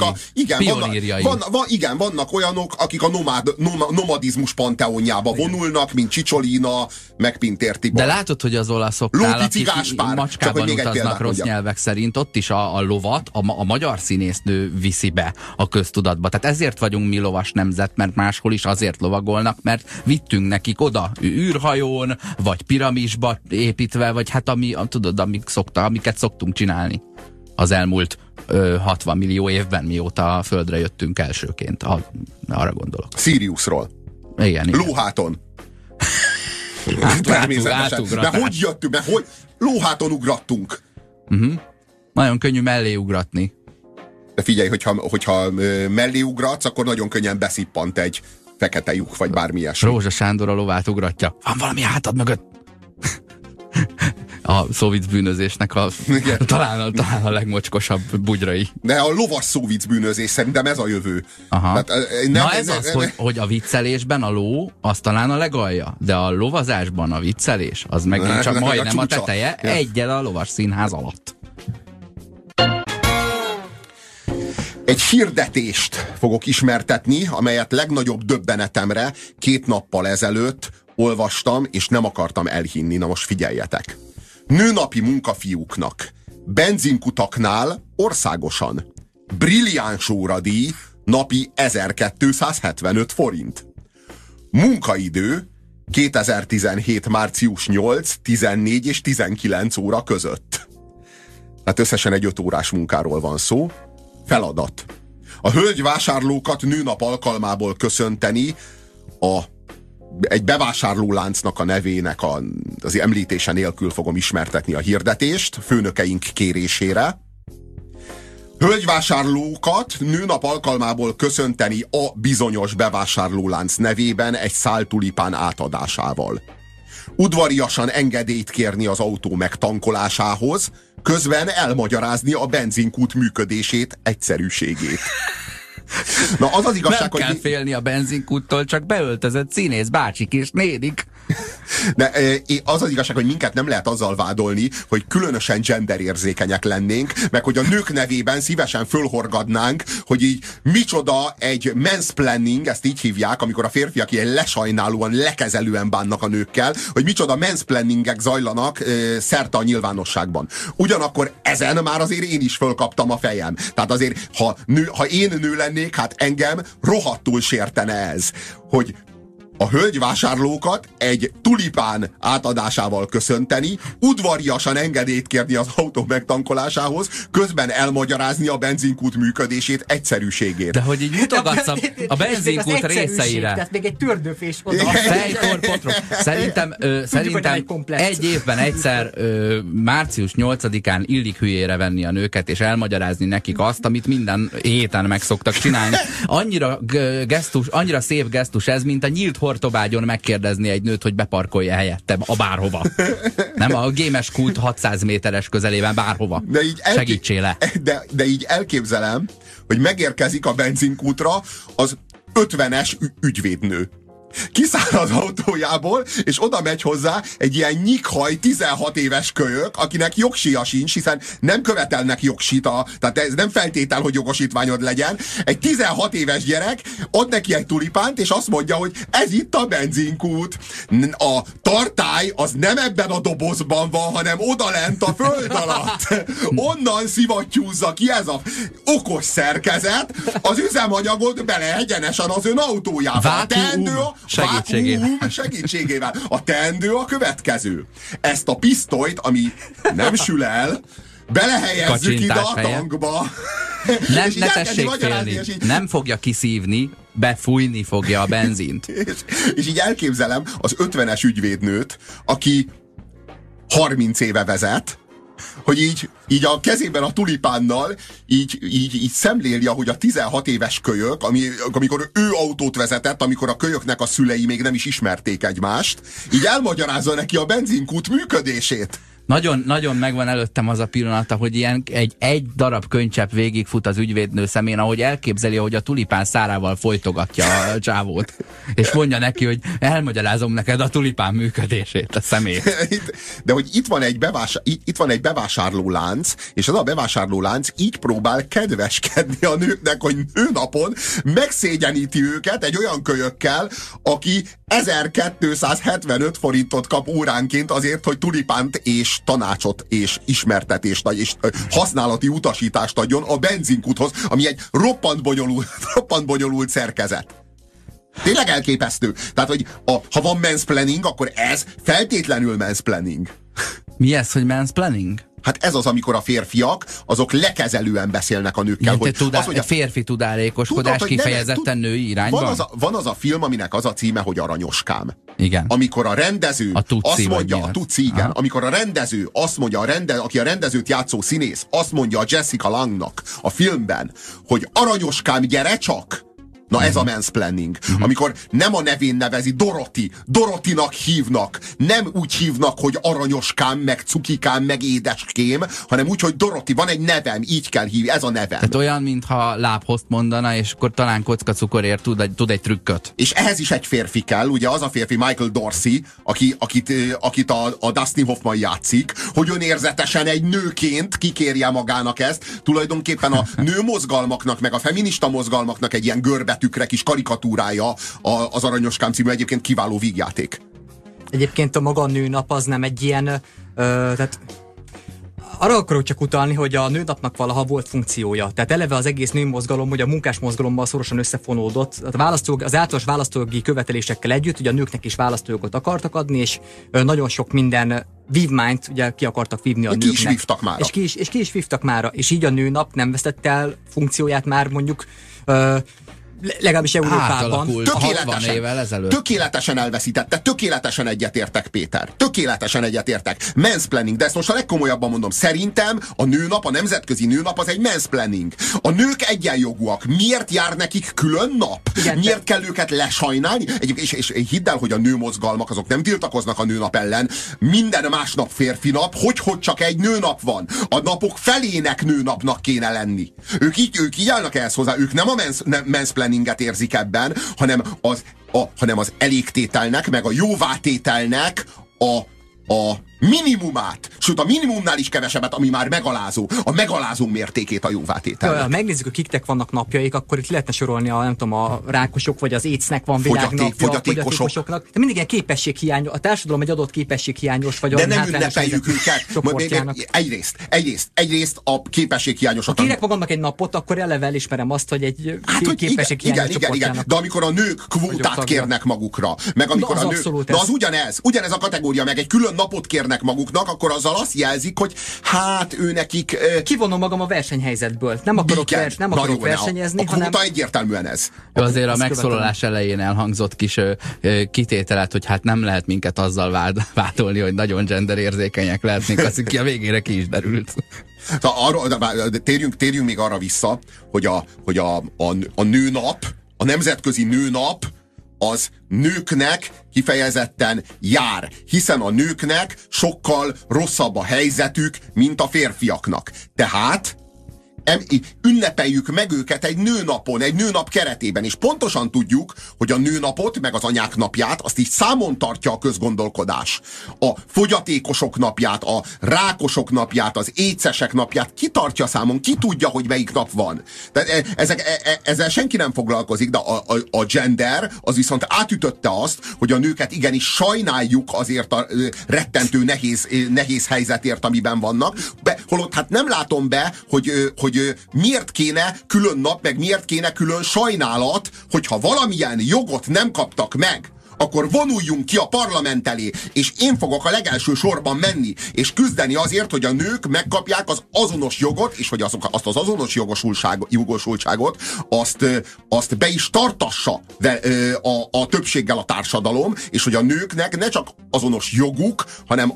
vannak olyanok, akik a nomadizmus panteonjába vonulnak, mint Csicsolina, meg Pintér Tibor. De látod, hogy az olaszoknál, akik macskában utaznak rossz nyelvek szerint, ott is a lovat a magyar színésznő viszi be a köztudatba. Tehát ezért vagyunk mi lovas nemzet, mert máshol is azért lovagolnak, mert vittünk nekik oda űrhajón, vagy piramisba építve, vagy hát amiket szoktunk csinálni az elmúlt 60 millió évben, mióta a Földre jöttünk elsőként. Arra gondolok. Siriusról. Igen. Lóháton. Természetesen. De hogy jöttünk? Mert hogy lóháton ugrattunk. Nagyon könnyű mellé ugratni. De figyelj, hogyha mellé ugratsz, akkor nagyon könnyen beszippant egy fekete lyuk, vagy bármi ilyesmi. Rózsa Sándor a lovát ugratja. Van valami hátad mögött? A szóvic bűnözésnek talán a legmocskosabb bugyrai. De a lovas szóvic bűnözés, szerintem ez a jövő. Tehát, hogy a viccelésben a ló, az talán a legalja, de a lovazásban a viccelés, az megint csak majdnem a teteje, egyel a lovas színház alatt. Egy hirdetést fogok ismertetni, amelyet legnagyobb döbbenetemre 2 nappal ezelőtt olvastam, és nem akartam elhinni. Na most figyeljetek! Nőnapi munkafiúknak benzinkutaknál országosan Brilliáns óradíj napi 1275 forint. Munkaidő 2017. március 8, 14 és 19 óra között. Tehát összesen egy 5 órás munkáról van szó. Feladat. A hölgyvásárlókat nőnap alkalmából köszönteni egy bevásárlóláncnak a nevének az említése nélkül fogom ismertetni a hirdetést, főnökeink kérésére. Hölgyvásárlókat nőnap alkalmából köszönteni a bizonyos bevásárlólánc nevében egy szál tulipán átadásával. Udvariasan engedélyt kérni az autó megtankolásához, közben elmagyarázni a benzinkút működését, egyszerűségét. Na, az az igazság, nem kell félni a benzinkúttól, csak beöltözött színész bácsik és nénik. De az az igazság, hogy minket nem lehet azzal vádolni, hogy különösen genderérzékenyek lennénk, meg hogy a nők nevében szívesen fölhorgadnánk, hogy így micsoda egy mansplaining, ezt így hívják, amikor a férfiak ilyen lesajnálóan, lekezelően bánnak a nőkkel, hogy micsoda mansplainingek zajlanak szerte a nyilvánosságban. Ugyanakkor ezen már azért én is fölkaptam a fejem. Tehát azért, ha én nő lennék, hát engem rohadtul sértene ez, hogy a hölgyvásárlókat egy tulipán átadásával köszönteni, udvariasan engedélyt kérni az autó megtankolásához, közben elmagyarázni a benzinkút működését, egyszerűségét. De hogy így mutogatsz a benzinkút részeire. Tehát még egy tördőfés oda. Szerintem egy évben egyszer március 8-án illik hülyére venni a nőket, és elmagyarázni nekik azt, amit minden héten meg szoktak csinálni. Annyira szép gesztus ez, mint a nyílt hortobágyon megkérdezni egy nőt, hogy beparkolja helyettem a bárhova. Nem a gémes kult 600 méteres közelében bárhova. Segítsél le. De így elképzelem, hogy megérkezik a benzinkútra az 50-es ügyvédnő. Kiszáll az autójából, és oda megy hozzá egy ilyen nyikhaj 16 éves kölyök, akinek jogsija sincs, hiszen nem követelnek jogsit, tehát ez nem feltétel, hogy jogosítványod legyen. Egy 16 éves gyerek ad neki egy tulipánt, és azt mondja, hogy ez itt a benzinkút. A tartály az nem ebben a dobozban van, hanem odalent a föld alatt. Onnan szivattyúzza ki ez a okos szerkezet, az üzemanyagot bele egyenesen az ön autójába. Segítségével. A teendő a következő. Ezt a pisztolyt, ami nem sül el, belehelyezzük ide a tankba. Ne tessék félni. Nem fogja kiszívni, befújni fogja a benzint. És így elképzelem az 50-es ügyvédnőt, aki 30 éve vezet, hogy így a kezében a tulipánnal így szemléli, ahogy a 16 éves kölyök, amikor ő autót vezetett, amikor a kölyöknek a szülei még nem is ismerték egymást, így elmagyarázza neki a benzinkút működését. Nagyon, nagyon megvan előttem az a pillanat, hogy ilyen egy darab könycsepp végigfut az ügyvédnő szemén, ahogy elképzeli, hogy a tulipán szárával folytogatja a csávót. És mondja neki, hogy elmagyarázom neked a tulipán működését, a szemét. De hogy itt van egy bevásárlólánc, és az a bevásárlólánc így próbál kedveskedni a nőknek, hogy nőnapon megszégyeníti őket egy olyan kölyökkel, aki 1275 forintot kap óránként azért, hogy tulipánt és tanácsot és ismertetést és használati utasítást adjon a benzinkúthoz, ami egy roppant bonyolult szerkezet. Tényleg elképesztő. Tehát, hogy ha van mansplaining, akkor ez feltétlenül mansplaining. Mi ez, hogy mansplaining? Hát ez az, amikor a férfiak, azok lekezelően beszélnek a nőkkel. Hogy férfi tudálékoskodás kifejezetten női irányban? Van az a film, aminek az a címe, hogy Aranyoskám. Igen. Amikor a rendező azt mondja, amikor a rendező azt mondja, aki a rendezőt játszó színész, azt mondja a Jessica Langnak a filmben, hogy Aranyoskám, gyere csak! Na ez a mansplaining. Amikor nem a nevén nevezi, Dorothynak hívnak. Nem úgy hívnak, hogy Aranyoskám, meg Cukikám, meg Édeském, hanem úgy, hogy Dorothy, van egy nevem, így kell hívni, ez a nevem. Tehát olyan, mintha lábhozt mondana, és akkor talán kocka cukorért tud egy trükköt. És ehhez is egy férfi kell, ugye az a férfi Michael Dorsey, akit a Dustin Hoffman játszik, hogy önérzetesen egy nőként kikérje magának ezt. Tulajdonképpen a nőmozgalmaknak, meg a feminista mozgalmaknak egy ilyen görbetükre kis karikatúrája az Aranyoskám című egyébként kiváló vígjáték. Egyébként a maga a nőnap az nem egy ilyen, tehát Arra akarok csak utalni, hogy a nőnapnak valaha volt funkciója. Tehát eleve az egész nőmozgalom, hogy a munkásmozgalommal szorosan összefonódott. Az általános választójogi követelésekkel együtt, ugye a nőknek is választójogot akartak adni, és nagyon sok minden vívmányt ugye ki akartak vívni a nőknek. Ki is vívtak mára. És ki is vívtak mára. És így a nőnap nem vesztette el funkcióját már mondjuk legalábbis Európában. Tökéletesen elveszítette, tökéletesen egyetértek, Péter. Tökéletesen egyetértek. Mansplaining, de ezt most a legkomolyabban mondom. Szerintem a nőnap, a nemzetközi nőnap az egy mansplaining. A nők egyenjogúak. Miért jár nekik külön nap? Igen, miért kell őket lesajnálni? És hidd el, hogy a nőmozgalmak azok nem tiltakoznak a nőnap ellen. Minden másnap férfi nap, hogy csak egy nőnap van. A napok felének nőnapnak kéne lenni. Ők így állnak ehhez hozzá. Ők nem a mansplaininget érzik ebben, hanem az elégtételnek, meg a jóvátételnek a minimumát, sőt a minimumnál is kevesebbet, ami már megalázó. A megalázó mértékét a jóvátételnek. Ha megnézzük, hogy kiknek vannak napjaik, akkor itt lehetne sorolni a rákosok, vagy az AIDS-nek van világnapja, fogyatékosoknak. De mindig ilyen képességhiányos, a társadalom egy adott képességhiányos, vagy de nem ünnepeljük őket. Egyrészt a képességhiányosat. Ha kérek magamnak egy napot, akkor eleve elismerem azt, hogy egy képességhiányos igen. De amikor a nők kvótát kérnek magukra, meg amikor a nők... az ugyanez a kategória, meg egy külön napot kérnek maguknak, akkor azzal azt jelzik, hogy hát ő nekik... Kivonom magam a versenyhelyzetből. Nem akarok versenyezni, a kvóta egyértelműen ez. Azért a megszólalás elején elhangzott kis kitételet, hogy hát nem lehet minket azzal vádolni, hogy nagyon genderérzékenyek lehetnénk, azt ki a végére ki is derült. Térjünk még arra vissza, hogy a nőnap, a nemzetközi nőnap az nőknek kifejezetten jár, hiszen a nőknek sokkal rosszabb a helyzetük, mint a férfiaknak. Tehát ünnepeljük meg őket egy nőnapon, egy nőnap keretében, és pontosan tudjuk, hogy a nőnapot, meg az anyák napját, azt így számon tartja a közgondolkodás. A fogyatékosok napját, a rákosok napját, az écesek napját ki tartja számon, ki tudja, hogy melyik nap van. Tehát ezzel senki nem foglalkozik, de a gender az viszont átütötte azt, hogy a nőket igenis sajnáljuk azért a rettentő nehéz helyzetért, amiben vannak. Holott hát nem látom be, hogy miért kéne külön nap, meg miért kéne külön sajnálat, hogyha valamilyen jogot nem kaptak meg, akkor vonuljunk ki a parlament elé, és én fogok a legelső sorban menni, és küzdeni azért, hogy a nők megkapják az azonos jogot, és hogy azt az azonos jogosultságot, azt be is tartassa a többséggel a társadalom, és hogy a nőknek ne csak azonos joguk, hanem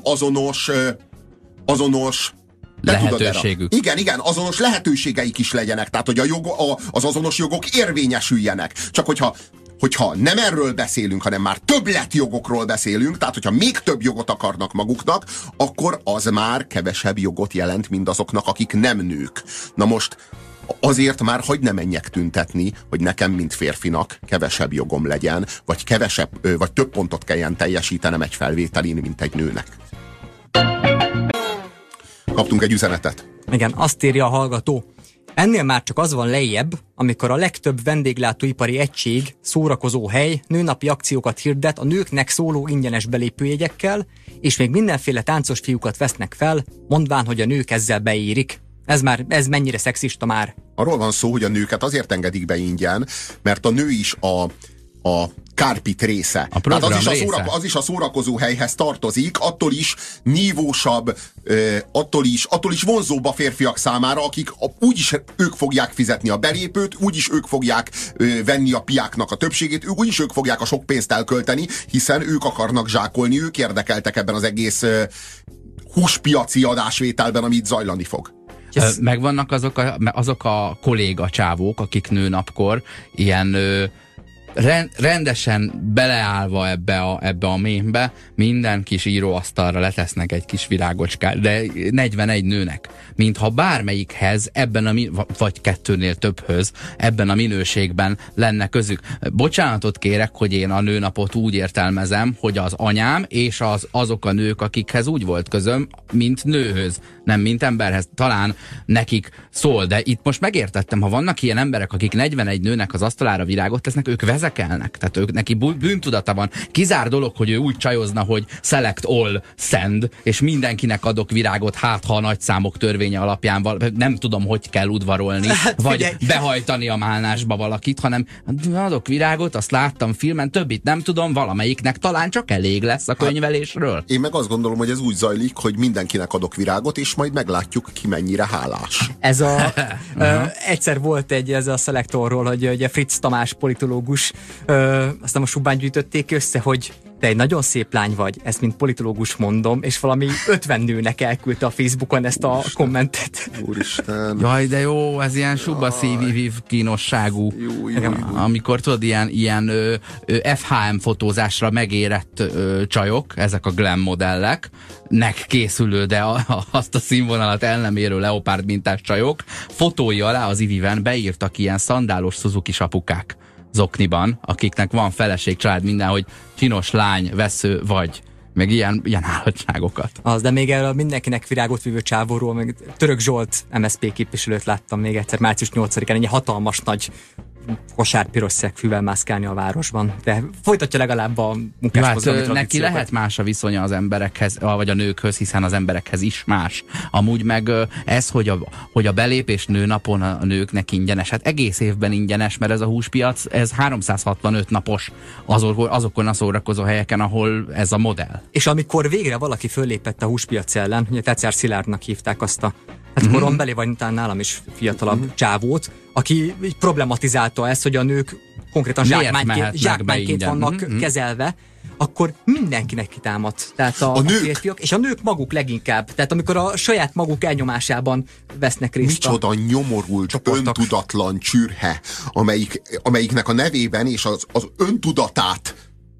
azonos lehetőségük. Igen, azonos lehetőségeik is legyenek, tehát hogy az azonos jogok érvényesüljenek. Csak hogyha nem erről beszélünk, hanem már többletjogokról beszélünk, tehát hogyha még több jogot akarnak maguknak, akkor az már kevesebb jogot jelent mindazoknak, akik nem nők. Na most azért már hagy ne menjek tüntetni, hogy nekem, mint férfinak kevesebb jogom legyen, vagy több pontot kelljen teljesítenem egy felvételin, mint egy nőnek. Kaptunk egy üzenetet. Igen, azt írja a hallgató. Ennél már csak az van lejjebb, amikor a legtöbb vendéglátóipari egység, szórakozó hely, nőnapi akciókat hirdet a nőknek szóló ingyenes belépőjegyekkel, és még mindenféle táncos fiúkat vesznek fel, mondván, hogy a nők ezzel beérik. Ez mennyire szexista már? Arról van szó, hogy a nőket azért engedik be ingyen, mert a nő is a kárpit része. Tehát az is a szórakozó helyhez tartozik, attól is nívósabb, attól is vonzóbb a férfiak számára, akik úgyis ők fogják fizetni a belépőt, úgyis ők fogják venni a piáknak a többségét, úgyis ők fogják a sok pénzt elkölteni, hiszen ők akarnak zsákolni, ők érdekeltek ebben az egész húspiaci adásvételben, amit zajlani fog. Megvannak azok a kolléga csávók, akik nőnapkor ilyen rendesen beleállva ebbe a mémbe, minden kis íróasztalra letesznek egy kis virágocskát, de 41 nőnek, mintha bármelyikhez vagy kettőnél többhöz ebben a minőségben lenne közük. Bocsánatot kérek, hogy én a nőnapot úgy értelmezem, hogy az anyám és azok a nők, akikhez úgy volt közöm, mint nőhöz, nem mint emberhez. Talán nekik szól, de itt most megértettem, ha vannak ilyen emberek, akik 41 nőnek az asztalára virágot tesznek, ők vezekelnek. Tehát ők neki bűntudata van. Kizár dolog, hogy ő úgy csajozna, hogy select all, send, és mindenkinek adok virágot, hát ha a nagyszámok törvénye alapján nem tudom, hogy kell udvarolni, vagy behajtani a málnásba valakit, hanem adok virágot, azt láttam filmen, többit nem tudom, valamelyiknek talán csak elég lesz a könyvelésről. Én meg azt gondolom, hogy ez úgy zajlik, hogy mindenkinek adok virágot, és majd meglátjuk, ki mennyire hálás. Ez egyszer volt ez a szelektorról, hogy ugye Fritz Tamás politológus, aztán a Subán gyűjtötték össze, hogy te egy nagyon szép lány vagy, ezt mint politológus mondom, és valami 50 nőnek elküldte a Facebookon ezt a kommentet. Úristen. Jaj, de jó, ez ilyen suba szívivív kínosságú. Jó. Amikor tudod, ilyen FHM fotózásra megérett csajok, ezek a glam modellek, nek készülő, de azt a színvonalat el nem érő leopárd mintás csajok, fotói alá az iviven beírtak ilyen szandálos Suzuki apukák zokniban, akiknek van feleség, család, minden, hogy csinos lány, vesző vagy, meg ilyen állatságokat. De még erről mindenkinek virágot vívő csávóról, meg Török Zsolt MSZP képviselőt láttam még egyszer március 8-án, egy hatalmas nagy kosárpiros szegfűvel mászkálni a városban. De folytatja legalább a munkásmozgalmi tradíciókat. Neki lehet más a viszonya az emberekhez, vagy a nőkhöz, hiszen az emberekhez is más. Amúgy meg ez, hogy a belépés nőnapon a nőknek ingyenes, hát egész évben ingyenes, mert ez a húspiac, ez 365 napos azokon a szórakozó helyeken, ahol ez a modell. És amikor végre valaki föllépett a húspiac ellen, ugye Tetszár Szilárdnak hívták azt a korombeli, vagy talán nálam is fiatalabb csávót, aki problematizálta ezt, hogy a nők konkrétan zsákmányként vannak kezelve, akkor mindenkinek kitámadt. Tehát a férfiak, és a nők maguk leginkább. Tehát amikor a saját maguk elnyomásában vesznek részt. Micsoda nyomorult, öntudatlan csürhe, amelyiknek a nevében és az öntudatát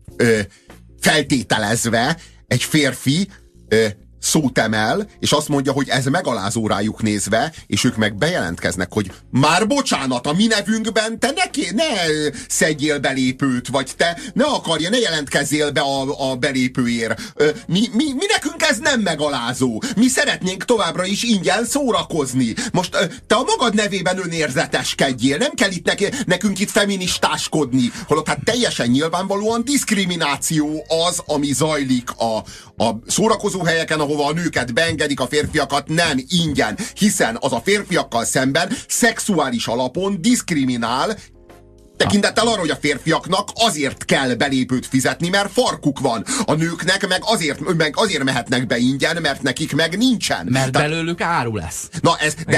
feltételezve egy férfi szót emel, és azt mondja, hogy ez megalázó rájuk nézve, és ők meg bejelentkeznek, hogy már bocsánat, a mi nevünkben te ne szedjél belépőt, vagy te ne jelentkezzél be a belépőért. Mi nekünk ez nem megalázó. Mi szeretnénk továbbra is ingyen szórakozni. Most te a magad nevében önérzeteskedjél, nem kell itt nekünk itt feministáskodni, holott hát teljesen nyilvánvalóan diszkrimináció az, ami zajlik a szórakozóhelyeken, ahova a nőket beengedik, a férfiakat nem ingyen, hiszen az a férfiakkal szemben szexuális alapon diszkriminál, tekintettel arra, hogy a férfiaknak azért kell belépőt fizetni, mert farkuk van. A nőknek meg azért mehetnek be ingyen, mert nekik meg nincsen. Mert belőlük áru lesz. Na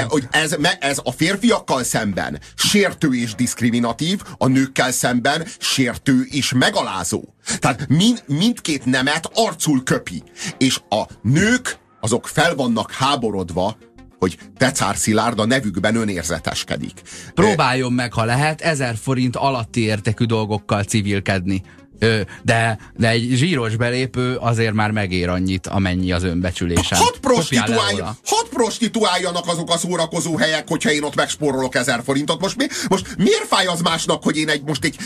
ez a férfiakkal szemben sértő és diszkriminatív, a nőkkel szemben sértő és megalázó. Tehát mindkét nemet arcul köpi. És a nők azok fel vannak háborodva, hogy Tetszár Szilárd a nevükben önérzeteskedik. Próbáljon meg, ha lehet, 1000 forint alatti értékű dolgokkal civilkedni. De egy zsíros belépő azért már megér annyit, amennyi az önbecsülésen. Hadd prostituáljanak azok a szórakozó helyek, hogyha én ott megspórolok 1000 forintot. Most miért fáj az másnak, hogy én most egy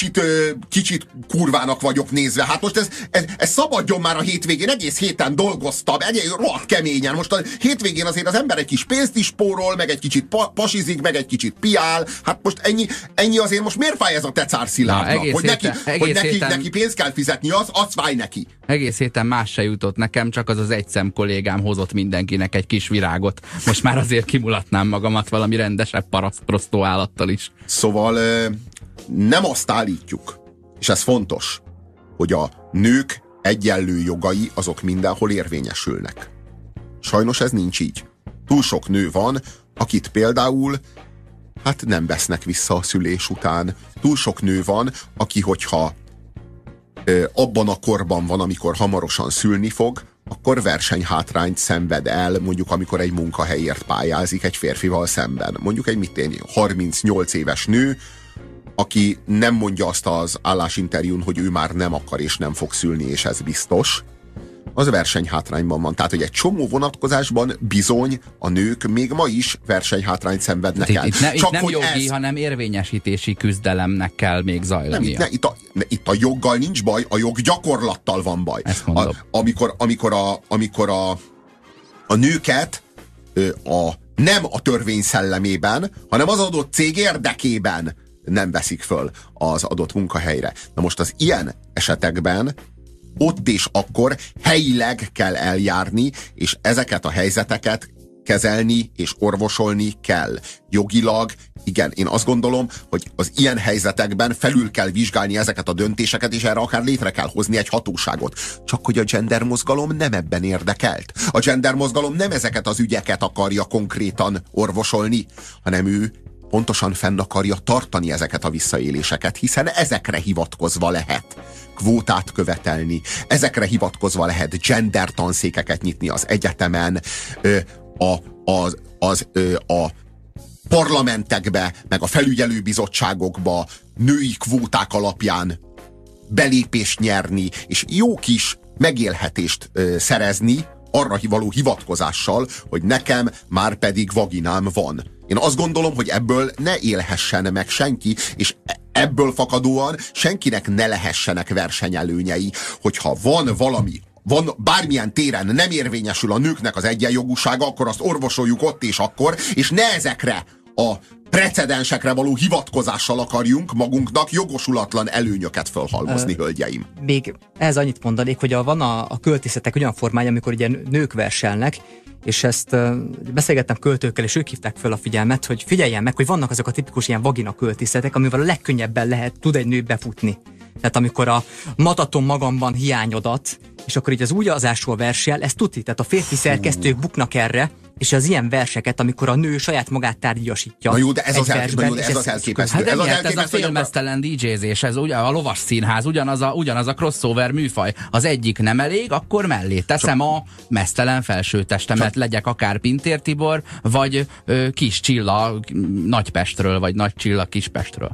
kicsit kurvának vagyok nézve? Hát most ez szabadjon már a hétvégén, egész héten dolgoztam, rohadt keményen. Most a hétvégén azért az ember egy kis pénzt is spórol, meg egy kicsit pasizik, meg egy kicsit piál. Hát most ennyi azért most miért fáj ez a Tetszár Szilárdnak? Hogy neki pénzt kell fizetni, az fáj neki. Egész héten más se jutott nekem, csak az egyszem kollégám hozott mindenkinek egy kis virágot. Most már azért kimulatnám magamat valami rendesebb parasztprosztó állattal is. Szóval nem azt állítjuk, és ez fontos, hogy a nők egyenlő jogai azok mindenhol érvényesülnek. Sajnos ez nincs így. Túl sok nő van, akit például nem vesznek vissza a szülés után. Túl sok nő van, aki hogyha abban a korban van, amikor hamarosan szülni fog, akkor versenyhátrányt szenved el, mondjuk amikor egy munkahelyért pályázik egy férfival szemben. Mondjuk egy 38 éves nő, aki nem mondja azt az állásinterjún, hogy ő már nem akar és nem fog szülni, és ez biztos, az versenyhátrányban van. Tehát, hogy egy csomó vonatkozásban bizony a nők még ma is versenyhátrányt szenvednek el. Itt nem jogi, hanem érvényesítési küzdelemnek kell még zajlania. Itt a joggal nincs baj, a jog gyakorlattal van baj. Amikor a nőket nem a törvény szellemében, hanem az adott cég érdekében nem veszik föl az adott munkahelyre. Na most az ilyen esetekben ott és akkor helyileg kell eljárni, és ezeket a helyzeteket kezelni és orvosolni kell. Jogilag, igen, én azt gondolom, hogy az ilyen helyzetekben felül kell vizsgálni ezeket a döntéseket, és erre akár létre kell hozni egy hatóságot. Csak hogy a gender mozgalom nem ebben érdekelt. A gender mozgalom nem ezeket az ügyeket akarja konkrétan orvosolni, hanem ő pontosan fenn akarja tartani ezeket a visszaéléseket, hiszen ezekre hivatkozva lehet kvótát követelni, ezekre hivatkozva lehet gender tanszékeket nyitni az egyetemen, a parlamentekbe, meg a felügyelőbizottságokba női kvóták alapján belépést nyerni, és jó kis megélhetést szerezni arra való hivatkozással, hogy nekem már pedig vaginám van. Én azt gondolom, hogy ebből ne élhessen meg senki, és ebből fakadóan senkinek ne lehessenek versenyelőnyei, hogyha van bármilyen téren nem érvényesül a nőknek az egyenjogúsága, akkor azt orvosoljuk ott és akkor, és ne ezekre a precedensekre való hivatkozással akarjunk magunknak jogosulatlan előnyöket fölhalmozni, hölgyeim. Még ehhez annyit mondanék, hogy van a költészetek olyan formája, amikor ugye nők verselnek, és ezt beszélgettem költőkkel, és ők hívták föl a figyelmet, hogy figyeljen meg, hogy vannak azok a tipikus ilyen vagina költészetek, amivel a legkönnyebben tud egy nő befutni. Tehát amikor a matatom magamban hiányodat, és akkor így az újazásról versel, ez tuti. Tehát a férfi szerkesztők buknak erre, és az ilyen verseket, amikor a nő saját magát tárgyasítja. Na jó, de ez az elképesztő. Hát ez a félmeztelen DJ-zés, ez a lovas színház, ugyanaz a crossover műfaj. Az egyik nem elég, akkor mellé teszem a meztelen felsőtestemet, legyek akár Pintér Tibor, vagy Kis Csilla Nagypestről, vagy Nagy Csilla Kispestről.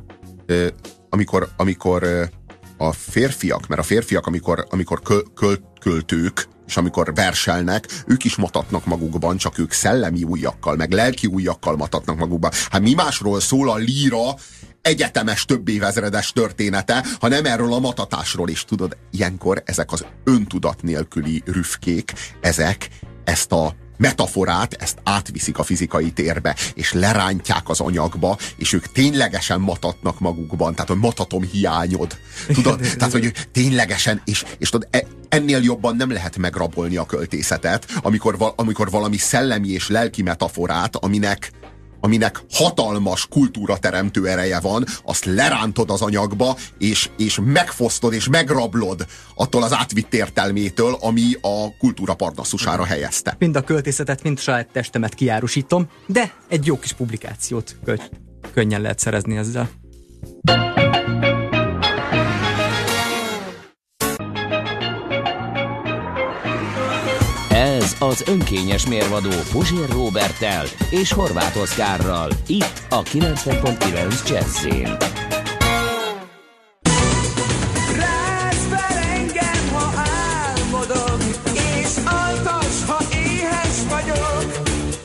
Amikor a férfiak, mert a férfiak, amikor költők, és amikor verselnek, ők is matatnak magukban, csak ők szellemi ujjakkal, meg lelki ujjakkal matatnak magukban. Hát mi másról szól a líra egyetemes több évezredes története, ha nem erről a matatásról is, tudod, ilyenkor ezek az öntudat nélküli rüfkék, ezt a metaforát, ezt átviszik a fizikai térbe, és lerántják az anyagba, és ők ténylegesen matatnak magukban, tehát a matatom hiányod. Tudod? Tehát, hogy ténylegesen, és tudod, ennél jobban nem lehet megrabolni a költészetet, amikor valami szellemi és lelki metaforát, aminek hatalmas kultúrateremtő ereje van, azt lerántod az anyagba, és megfosztod, és megrablod attól az átvitt értelmétől, ami a kultúra parnaszusára helyezte. Mind a költészetet, mind saját testemet kiárusítom, de egy jó kis publikációt könnyen lehet szerezni ezzel. Ez az önkényes mérvadó Puzsér Róberttel és Horváth Oszkárral, itt a 90.9 Jazzyn. Rázd fel engem, ha álmodok, és altas, ha éhes vagyok.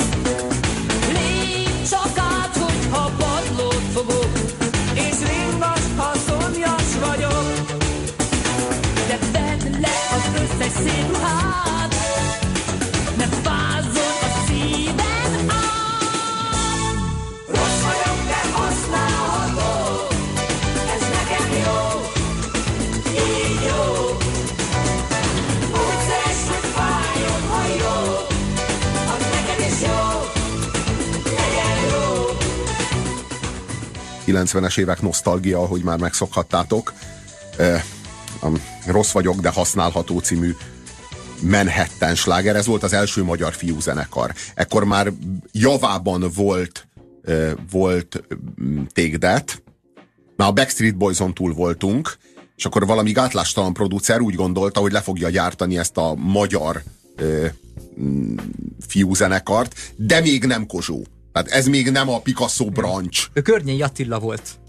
Lépj csak át, hogyha padlót fogok, És ringas, ha szomjas vagyok. de vedd le az összes szép ruhát, mert fázzon a szívem át. Rossz vagyok, de használható, ez nekem jó, így jó. Úgy szeress, hogy fájjon, ha jó, az neked is jó, legyen jó. 90-es évek nosztalgia, ahogy már megszokhattátok. A Rossz vagyok, de használható című Manhattan sláger, ez volt az első magyar fiúzenekar. Ekkor már javában volt Take That, már a Backstreet Boyson túl voltunk, és akkor valami gátlástalan producer úgy gondolta, hogy le fogja gyártani ezt a magyar fiúzenekart, de még nem Kozsó. Tehát ez még nem a Picasso branch. Ő Környei Attila volt.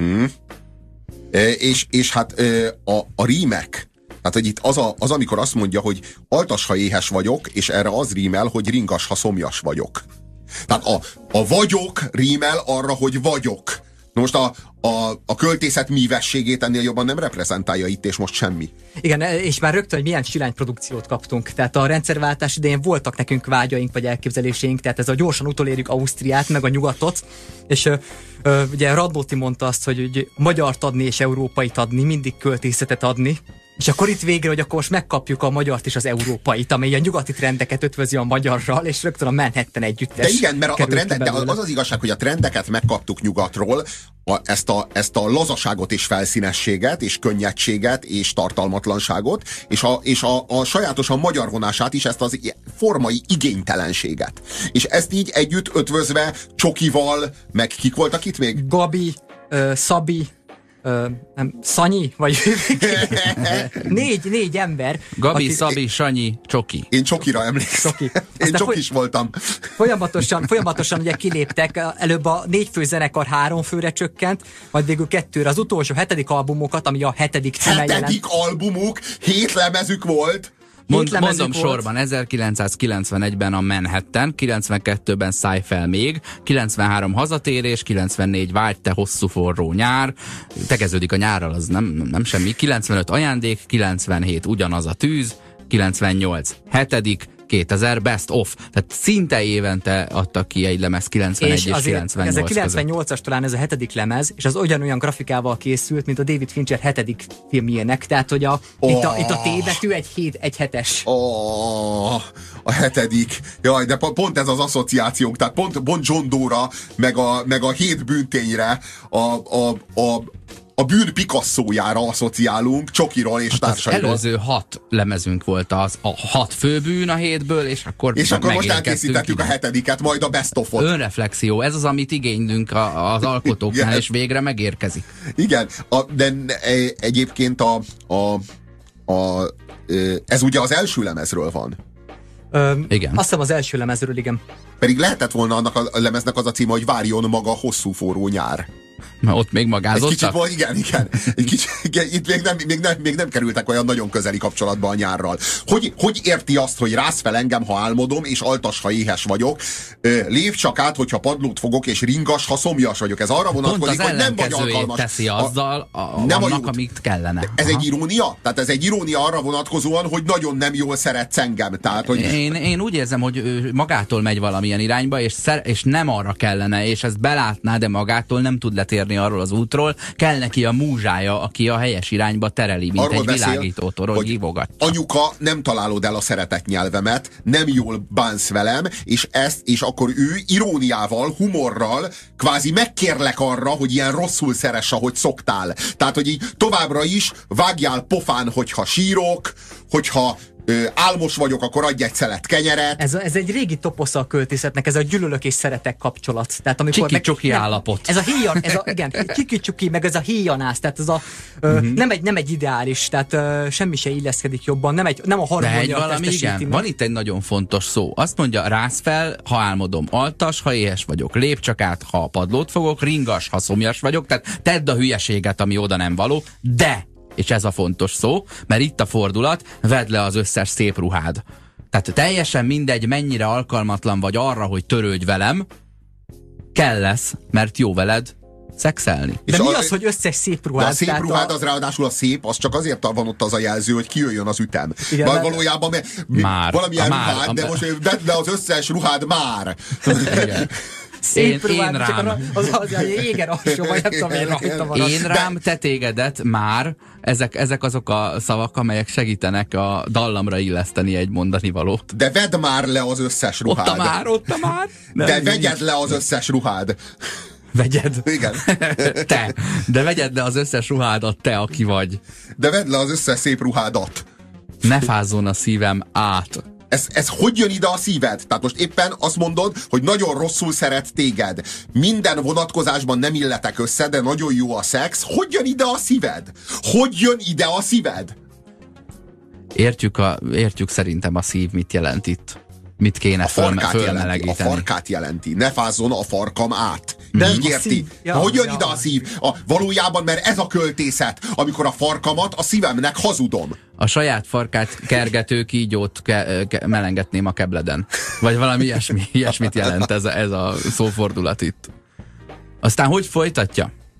És hát a rímek, tehát hogy itt az, amikor azt mondja, hogy altas, ha éhes vagyok, és erre az rímel, hogy ringas, ha szomjas vagyok. Tehát a vagyok rímel arra, hogy vagyok. Most a költészet mívességét ennél jobban nem reprezentálja itt és most semmi. Igen, és már rögtön, hogy milyen silányprodukciót kaptunk. Tehát a rendszerváltás idején voltak nekünk vágyaink vagy elképzeléseink, tehát ez a gyorsan utolérjük Ausztriát, meg a nyugatot, és ugye Radnóti mondta azt, hogy magyart adni és európait adni, mindig költészetet adni, és akkor itt végre, hogy akkor most megkapjuk a magyart és az európait, amely a nyugati trendeket ötvözi a magyarral, és rögtön a Manhattan együttes. De igen, mert de az az igazság, hogy a trendeket megkaptuk nyugatról, ezt a lazaságot és felszínességet, és könnyedséget, és tartalmatlanságot, és a sajátosan magyar vonását is, ezt az formai igénytelenséget. És ezt így együtt ötvözve Csokival, meg kik voltak itt még? Gabi, Szabi, nem, Szanyi, vagy négy ember. Gabi, Szabi, Sanyi, Csoki. Én Csokira emlékszem. Én Csokis voltam. Folyamatosan ugye kiléptek, előbb a 4 fő zenekar 3 főre csökkent, majd végül 2-re. Az utolsó 7. albumokat, ami a 7. címe 7. albumuk, 7 lemezük volt. Mondom sorban, 1991-ben a Manhattan, 92-ben Szállj fel még, 93 hazatérés, 94 Vágy te hosszú forró nyár, tegeződik a nyárral, az nem semmi, 95 ajándék, 97 Ugyanaz a tűz, 98 7. 2000 Best Of. Tehát szinte évente adtak ki egy lemez 91 és 98 ez a 98-as talán ez a 7. lemez, és az ugyanolyan grafikával készült, mint a David Fincher 7. filmjének. Tehát, hogy itt a T-betű egy hetes. A 7. Jaj, de pont ez az asszociációk, tehát pont John Doe-ra, meg a 7 bűntényre, a bűn Picasso-jára asszociálunk, Csokiról és társairól. Az előző 6 lemezünk volt a 6 főbűn a 7-ből, és akkor most elkészítettük a 7-et, majd a Best of-ot. Önreflexió, ez az, amit igénylünk az alkotóknál, és végre megérkezik. Igen, de egyébként ez ugye az első lemezről van. Igen. Azt hiszem az első lemezről, igen. Pedig lehetett volna annak a lemeznek az a címe, hogy Várjon maga hosszú forró nyár. Mert ott még magázottak? Egy kicsit volt, igen. Egy kicsit, itt még nem kerültek olyan nagyon közeli kapcsolatba a nyárral. Hogy érti azt, hogy rász fel engem, ha álmodom, és altas, ha éhes vagyok? Lépj csak át, hogyha padlót fogok, és ringas, ha szomjas vagyok. Ez arra vonatkozik, hogy nem vagy alkalmas. Teszi azzal annak, amit kellene. Ez egy irónia? Tehát ez egy irónia arra vonatkozóan, hogy nagyon nem jól szeretsz engem. Tehát, hogy... Én úgy érzem, hogy ő magától megy valamilyen irányba, és nem arra kellene, és ezt belátná, de magától nem tud letérni arról az útról, kell neki a múzsája, aki a helyes irányba tereli, mint arról egy világító torony hívogatja. Anyuka, nem találod el a szeretet nyelvemet, nem jól bánsz velem, és akkor ő iróniával, humorral kvázi megkérlek arra, hogy ilyen rosszul szeress, ahogy szoktál. Tehát, hogy így továbbra is vágjál pofán, hogyha sírok, hogyha álmos vagyok, akkor adj egy szelet kenyeret. Ez egy régi toposza a költészetnek, ez a gyűlölök és szeretek kapcsolat. Tehát amikor csiki-csuki állapot. Ez a igen, csiki-csuki, meg ez a héjanász, tehát ez nem egy ideális, tehát semmi se illeszkedik jobban, nem a harmónia testesíti. Van itt egy nagyon fontos szó. Azt mondja, rász fel, ha álmodom, altas, ha éhes vagyok, lép csak át, ha padlót fogok, ringas, ha szomjas vagyok, tehát tedd a hülyeséget, ami oda nem való, de és ez a fontos szó, mert itt a fordulat, vedd le az összes szép ruhád. Tehát teljesen mindegy, mennyire alkalmatlan vagy arra, hogy törődj velem, kell lesz, mert jó veled szexelni. De mi az, hogy összes szép ruhád? De a szép ruhád az ráadásul a szép, az csak azért van ott az a jelző, hogy kijöjjön az ütem. Igen, mert valójában valamilyen ruhád, de most vedd le az összes ruhád már. Igen. Szép én rám. Az jéger alsó, vagy nem tudom, rajta van. Én rám, te tégedet már, ezek azok a szavak, amelyek segítenek a dallamra illeszteni egy mondani valót. De vedd már le az összes ruhád. Ott a már. De vegyed le az összes ruhád. Vegyed. Igen. Te. De vegyed le az összes ruhádat, te, aki vagy. De vedd le az összes szép ruhádat. Ne fázzon a szívem át. Ez hogy jön ide a szíved? Tehát most éppen azt mondod, hogy nagyon rosszul szeret téged. Minden vonatkozásban nem illetek össze, de nagyon jó a szex. Hogy jön ide a szíved? Hogy jön ide a szíved? Értjük szerintem a szív mit jelent itt. Mit kéne fölmelegíteni. A farkát jelenti. Ne fázzon a farkam át. De így érti. Hogy jön ide a szív? Valójában, mert ez a költészet, amikor a farkamat a szívemnek hazudom. A saját farkát kergető kígyót melengetném a kebleden. Vagy valami ilyesmit jelent ez a szófordulat itt. Aztán hogy folytatja?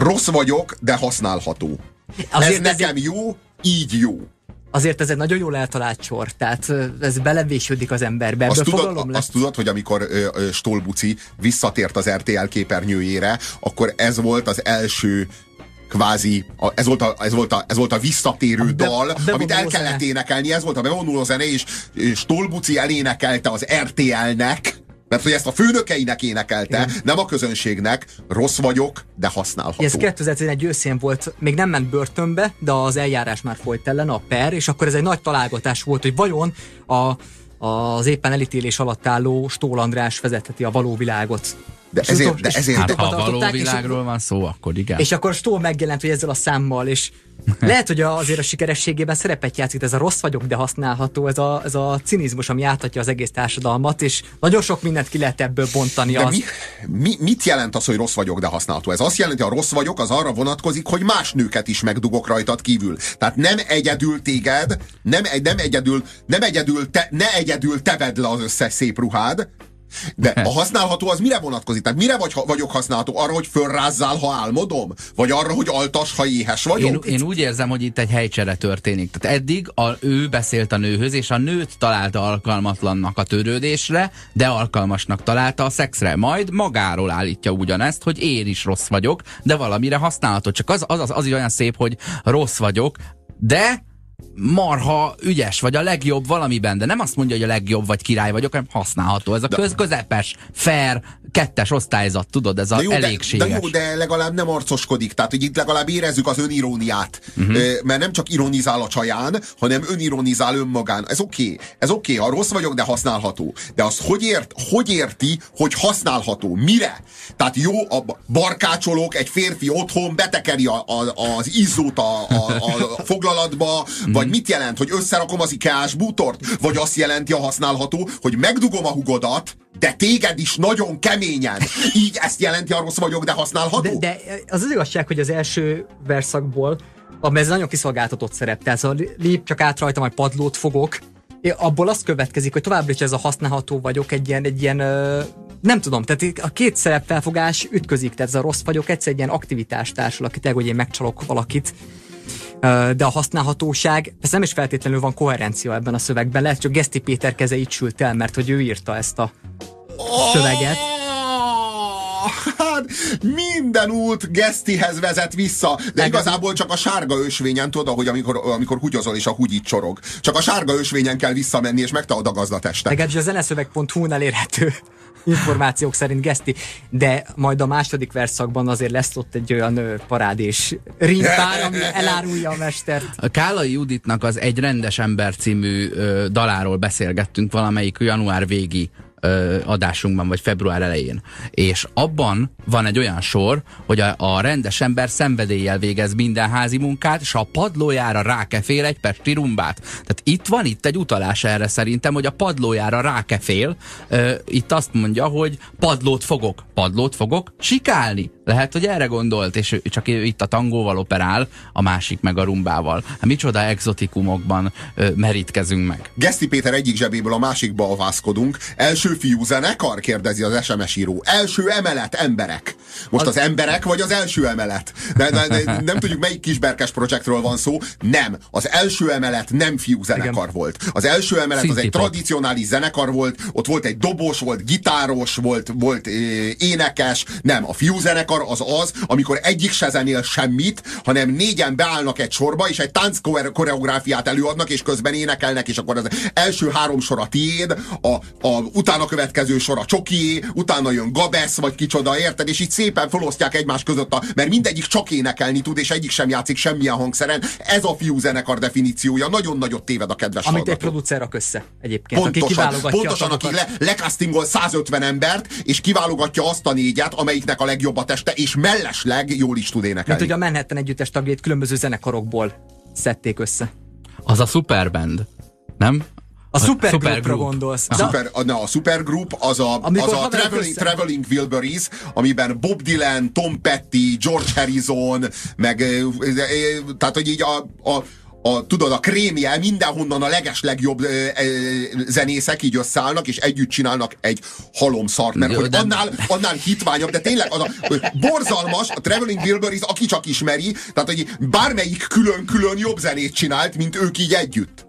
Rossz vagyok, de használható. Azért ez nekem jó, így jó. Azért ez egy nagyon jól eltalált sor, tehát ez belevésődik az emberbe. Azt tudod, hogy amikor Stolbuci visszatért az RTL képernyőjére, akkor ez volt az első kvázi, ez volt a visszatérő dal, amit el kellett énekelni, ez volt a bevonuló zene, és Stolbuci elénekelte az RTL-nek, mert hogy ezt a főnökeinek énekelte, igen, nem a közönségnek. Rossz vagyok, de használható. Ez 2011 őszén volt, még nem ment börtönbe, de az eljárás már folyt ellene, a per, és akkor ez egy nagy találgatás volt, hogy vajon az éppen elítélés alatt álló Stól András vezetheti a való világot. De ezért hát, ha a való világról van szó, akkor igen. És akkor Stól megjelent, hogy ezzel a számmal, és lehet, hogy azért a sikerességében szerepet játszik, ez a rossz vagyok, de használható, ez a cinizmus, ami áthatja az egész társadalmat, és nagyon sok mindent ki lehet ebből bontani. De mit jelent az, hogy rossz vagyok, de használható? Ez azt jelenti, hogy a rossz vagyok, az arra vonatkozik, hogy más nőket is megdugok rajtad kívül. Tehát nem egyedül téged, ne egyedül te vedd le az összes szép ruhád, de a használható az mire vonatkozik? Tehát mire vagyok használható? Arra, hogy fölrázzál, ha álmodom? Vagy arra, hogy altas, ha éhes vagyok? Én úgy érzem, hogy itt egy helycsere történik. Tehát eddig ő beszélt a nőhöz, és a nőt találta alkalmatlannak a törődésre, de alkalmasnak találta a szexre. Majd magáról állítja ugyanezt, hogy én is rossz vagyok, de valamire használható. Csak az olyan szép, hogy rossz vagyok, de marha ügyes, vagy a legjobb valamiben, de nem azt mondja, hogy a legjobb vagy király vagyok, hanem használható. Ez a közepes, fair, kettes osztályzat, tudod, ez az elégséges. De jó, de legalább nem arcoskodik, tehát hogy itt legalább érezzük az öniróniát, mert nem csak ironizál a csaján, hanem önironizál önmagán. Ez oké, ha rossz vagyok, de használható. De az hogy érti, hogy használható? Mire? Tehát jó, barkácsolok, egy férfi otthon betekeri az izzót a foglalatba, vagy mit jelent, hogy összerakom az ikeás bútort? Vagy azt jelenti a használható, hogy megdugom a hugodat, de téged is nagyon keményen. Így ezt jelenti a rossz vagyok, de használható? De az igazság, hogy az első verszakból, ez nagyon kiszolgáltatott szerep, tehát lép csak át rajta, majd padlót fogok, abból azt következik, hogy továbbra is ez a használható vagyok, egy ilyen nem tudom, tehát a két szerepfelfogás ütközik, tehát ez a rossz vagyok egyszer egy ilyen aktivitás társul, akit hogy én megcsalok valakit, de a használhatóság, persze nem is feltétlenül van koherencia ebben a szövegben, lehet csak Geszti Péter keze így sült el, mert hogy ő írta ezt a szöveget. Hát minden út Gesztihez vezet vissza, de igazából csak a sárga ösvényen, tudod, hogy amikor húgyozol és a húgy itt csorog. Csak a sárga ösvényen kell visszamenni, és megtalad a gazdatestet. Legalábbis a zeneszöveg.hu-n elérhető információk szerint Geszti, de majd a második verszakban azért lesz ott egy olyan parádés rímpár, ami elárulja a mestert. A Kálai Juditnak az Egy rendes ember című daláról beszélgettünk valamelyik január végi adásunkban, vagy február elején. És abban van egy olyan sor, hogy a rendes ember szenvedéllyel végez minden házi munkát, és a padlójára rákefél egy pesti rumbát. Tehát itt egy utalás erre szerintem, hogy a padlójára rákefél. Itt azt mondja, hogy padlót fogok sikálni. Lehet, hogy erre gondolt, és csak itt a tangóval operál, a másik meg a rumbával. Hát micsoda exotikumokban merítkezünk meg. Geszti Péter egyik zsebéből a másikba avászkodunk. Első fiú zenekar? Kérdezi az SMS író. Első emelet, emberek. Most az emberek vagy az első emelet? De nem tudjuk, melyik kisberkes projektről van szó. Nem. Az első emelet nem fiú zenekar volt. Az első emelet az egy tradicionális zenekar volt. Ott volt egy dobos, volt gitáros, volt énekes. Nem. A fiú zenekar az, amikor egyik se zenél semmit, hanem négyen beállnak egy sorba, és egy tánc koreográfiát előadnak, és közben énekelnek, és akkor az első három sor a tiéd, utána következő sor a csokié, utána jön Gabesz, vagy kicsoda, érted? És így szépen felosztják egymás között, mert mindegyik csak énekelni tud, és egyik sem játszik semmilyen hangszeren. Ez a fiú zenekar definíciója. Nagyon nagyot téved a kedves amit hallgató. egy producer rak össze egyébként. Pontosan, aki lekasztingol 150 embert, és kiválogatja azt a négyet, amelyiknek a legjobb a teste, és mellesleg jól is tud énekelni. Mint hogy a Manhattan együttes tagjait különböző zenekarokból szedték össze. Az a Superband, nem? A Supergroupra gondolsz. A Supergroup az a Traveling Wilburys, amiben Bob Dylan, Tom Petty, George Harrison, meg tehát, hogy így tudod, a krémje, mindenhonnan a legeslegjobb zenészek így összeállnak, és együtt csinálnak egy halomszart, mert hogy annál hitványabb, de tényleg az a borzalmas, a Traveling Wilburys, aki csak ismeri, tehát hogy bármelyik külön-külön jobb zenét csinált, mint ők így együtt.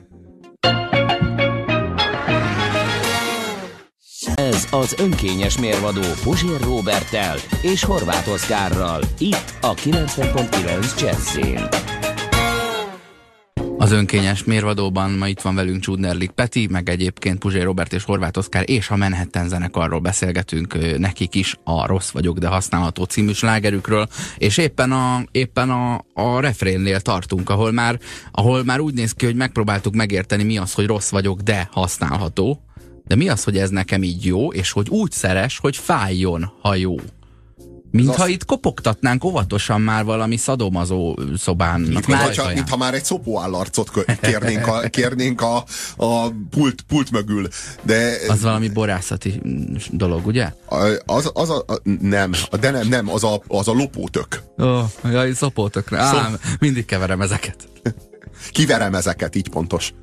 Ez az önkényes mérvadó Puzsér Róberttel és Horváth Oszkárral, itt a 90.9 Jazzyn. Az önkényes mérvadóban ma itt van velünk Csudnerlik Peti, meg egyébként Puzsér Róbert és Horváth Oszkár, és a Manhattan zenekarról beszélgetünk nekik is a Rossz vagyok, de használható című slágerükről, és éppen a refrénnél tartunk, ahol már úgy néz ki, hogy megpróbáltuk megérteni, mi az, hogy rossz vagyok, de használható, de mi az, hogy ez nekem így jó, és hogy úgy szeres, hogy fájjon, ha jó. Mintha itt kopogtatnánk óvatosan már valami szadomazó szobának. Mintha már egy szopóállarcot kérnénk a pult mögül. De az valami borászati dolog, ugye? Nem, az a lopótök. Jaj, szopótökre. Mindig keverem ezeket. Kiverem ezeket, így pontos.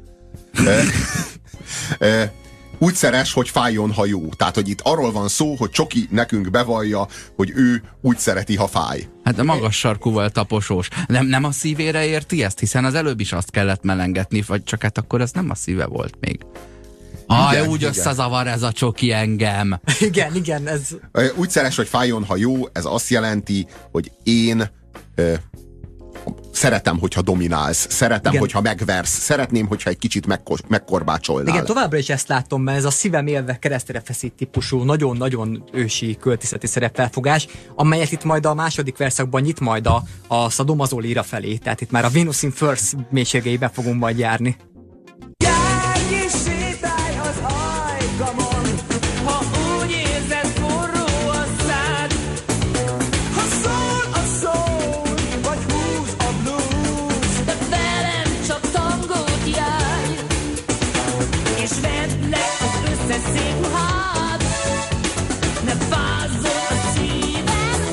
Úgy szeres, hogy fájjon, ha jó. Tehát, hogy itt arról van szó, hogy Csoki nekünk bevallja, hogy ő úgy szereti, ha fáj. Hát a magas sarkúval taposós. Nem a szívére érti ezt? Hiszen az előbb is azt kellett melengetni, vagy csak hát akkor ez nem a szíve volt még. Úgy összezavar ez a Csoki engem. Igen, ez... Úgy szeres, hogy fájjon, ha jó, ez azt jelenti, hogy én... szeretem, hogyha dominálsz, szeretem, igen, hogyha megversz, szeretném, hogyha egy kicsit megkorbácsolnál. Igen, továbbra is ezt látom, mert ez a szívem élve keresztre feszít típusú, nagyon-nagyon ősi költészeti szerepfelfogás, amelyet itt majd a második verszakban nyit majd a szadomazó líra felé, tehát itt már a Venus in Furs mélységeiben fogunk majd járni. Járj és sétálj az ajkamon, ha úgy érzed, forró a szád. Ha szól a szól, vagy húz a blues, de velem csak tangót járj, és vedd le az összes szép ruhád, ne fázzon a szívem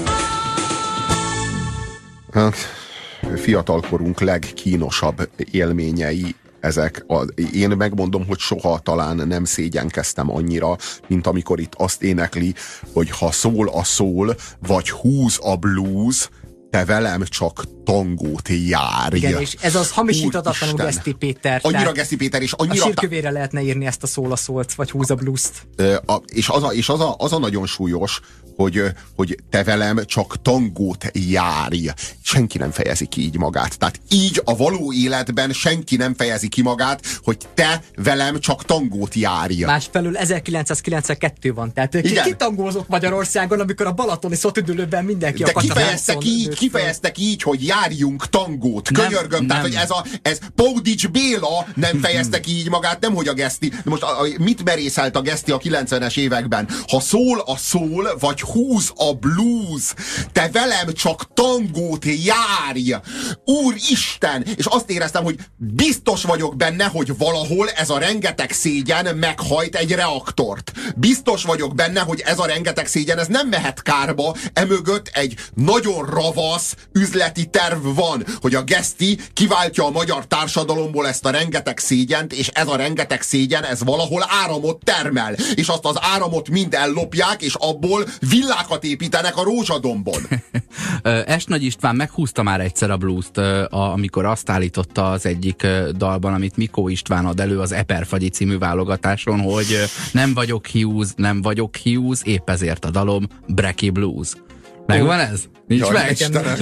át. Fiatalkorunk legkínosabb élményei ezek. Én megmondom, hogy soha talán nem szégyenkeztem annyira, mint amikor itt azt énekli, hogy ha szól a szól, vagy húz a blues, te velem csak tangót járj. Igen, és ez az hamisítatatlanul Geszti Péter. Annyira Geszti Péter, és annyira... A sírkövére lehetne írni ezt a szól a szólt, vagy húz a blues-t. És az a nagyon súlyos, hogy te velem csak tangót járj. Senki nem fejezi ki így magát. Tehát így a való életben senki nem fejezi ki magát, hogy te velem csak tangót járj. Másfelől 1992 van, tehát ki tangózott Magyarországon, amikor a balatoni szotüdülőben mindenki de a kifejeztek így, hogy járjunk tangót. Könyörgöm, tehát hogy ez Pódics Béla nem fejezte ki így magát, nemhogy a Geszti. Most mit merészelt a Geszti a 90-es években? Ha szól a szól, vagy húz a blues, te velem csak tangót járj! Úristen! És azt éreztem, hogy biztos vagyok benne, hogy valahol ez a rengeteg szégyen meghajt egy reaktort. Biztos vagyok benne, hogy ez a rengeteg szégyen, ez nem mehet kárba, emögött egy nagyon ravasz üzleti terv van, hogy a Geszti kiváltja a magyar társadalomból ezt a rengeteg szégyent, és ez a rengeteg szégyen, ez valahol áramot termel. És azt az áramot mind ellopják, és abból villákat építenek a Rózsadombon. Nagy István meghúzta már egyszer a blues-t, amikor azt állította az egyik dalban, amit Mikó István ad elő az Eperfagyi című válogatáson, hogy nem vagyok Hughes, épp ezért a dalom Brecky Blues. Megvan ez? Nincs meg? Istenem,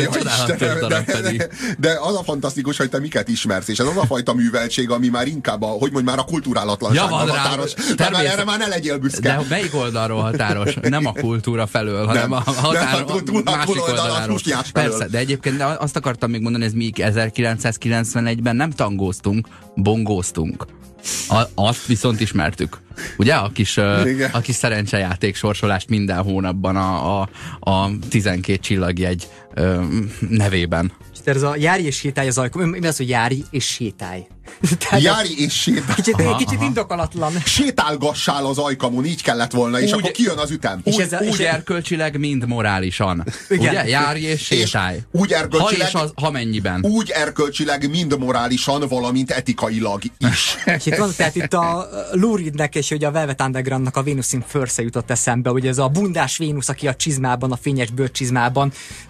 de az a fantasztikus, hogy te miket ismersz, és ez az a fajta műveltség, ami már inkább a kulturálatlanságban határos. Erre már ne legyél büszke. De melyik oldalról határos? Nem a kultúra felől, hanem a határ másik oldaláról. Persze, de egyébként azt akartam még mondani, ez mi 1991-ben nem tangóztunk, bongóztunk. Azt viszont ismertük. Ugye? A kis szerencsejáték sorsolást minden hónapban a 12 csillagjegy nevében. És ez a járj és sétálj az ajkon. Mi az, hogy járj és sétálj? Járj és sétálj. Kicsit indokolatlan. Sétálgassál az ajkamon, így kellett volna, és Úgy- akkor kijön az ütem. Úgy erkölcsileg, mind morálisan. Igen. Ugye? Járj és sétálj. Úgy erkölcsileg, Ha mennyiben. úgy erkölcsileg, mind morálisan, valamint etikailag is. És itt van, tehát itt a Lou Reednek és ugye a Velvet Undergroundnak a Venus in First jutott eszembe, ugye ez a bundás Vénusz, aki a csizmában, a fényes bőrcsizmában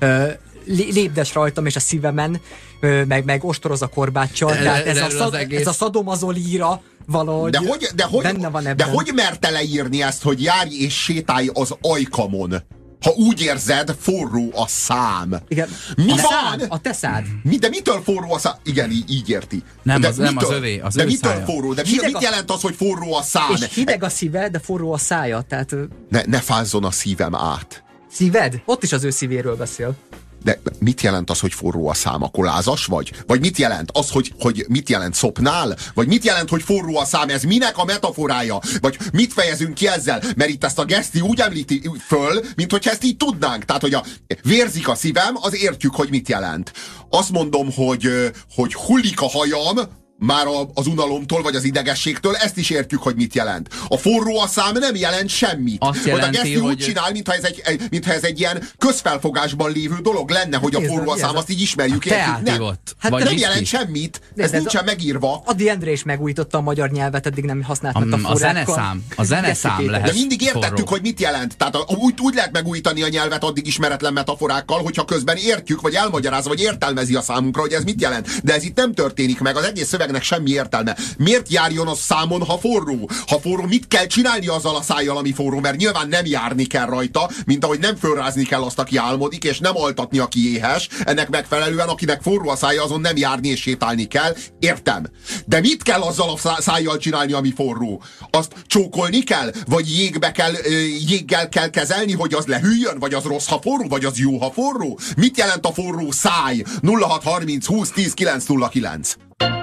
lépdes rajtam és a szívemen, meg ostoroz a korbáccsal. Tehát ez a szadomazó líra valahogy benne van ebben. De hogy merte leírni ezt, hogy járj és sétálj az ajkamon? Ha úgy érzed, forró a szám. Igen. Mi A van? szád, a te szád. De mitől forró a szám? Igen, így érti. Nem, de az nem az övé, az de ő mitől szája. forró? De Hideg mit jelent az, hogy forró a szám? És hideg a szíve, de forró a szája. Tehát Ne fázzon a szívem át. szíved? Ott is az ő szívéről beszél. De mit jelent az, hogy forró a szám? Akkor lázas vagy? Vagy mit jelent az, hogy mit jelent szopnál? Vagy mit jelent, hogy forró a szám? Ez minek a metaforája? Vagy mit fejezünk ki ezzel? Mert itt ezt a Geszti úgy említi föl, mint hogyha ezt így tudnánk. Tehát, hogy vérzik a szívem, az értjük, hogy mit jelent. Azt mondom, hogy hullik a hajam, már az unalomtól, vagy az idegességtől, ezt is értjük, hogy mit jelent. A forró a szám nem jelent semmit. Azt jelenti, a Geszti úgy csinál, mintha ez egy ilyen közfelfogásban lévő dolog lenne, hogy a forró a szám, azt így ismerjük. Teátívott. Hát Vagy nem whisky. jelent semmit. Ez nincsen megírva. Adi Endre is megújította a magyar nyelvet, eddig nem használt metaforákkal. A zeneszám lehet. De mindig értettük, forró. hogy mit jelent. Tehát úgy lehet megújítani a nyelvet addig ismeretlen metaforákkal, hogyha közben értjük, vagy elmagyarázza, vagy értelmezi a számunkra, hogy ez mit jelent. De ez itt nem történik meg. Az egész szövegnek semmi értelme. Miért járjon az számon, ha forró? Ha forró, mit kell csinálni azzal a szájjal, ami forró? Mert nyilván nem járni kell rajta, mint ahogy nem fölrázni kell azt, aki álmodik, és nem altatni, aki éhes. Ennek megfelelően, akinek forró a szája, azon nem járni és sétálni kell. Értem. De mit kell azzal a szájjal csinálni, ami forró? Azt csókolni kell? Vagy jéggel kell kezelni, hogy az lehűljön? Vagy az rossz, ha forró? Vagy az jó, ha forró? Mit jelent a forró száj? 0630 20 10 909.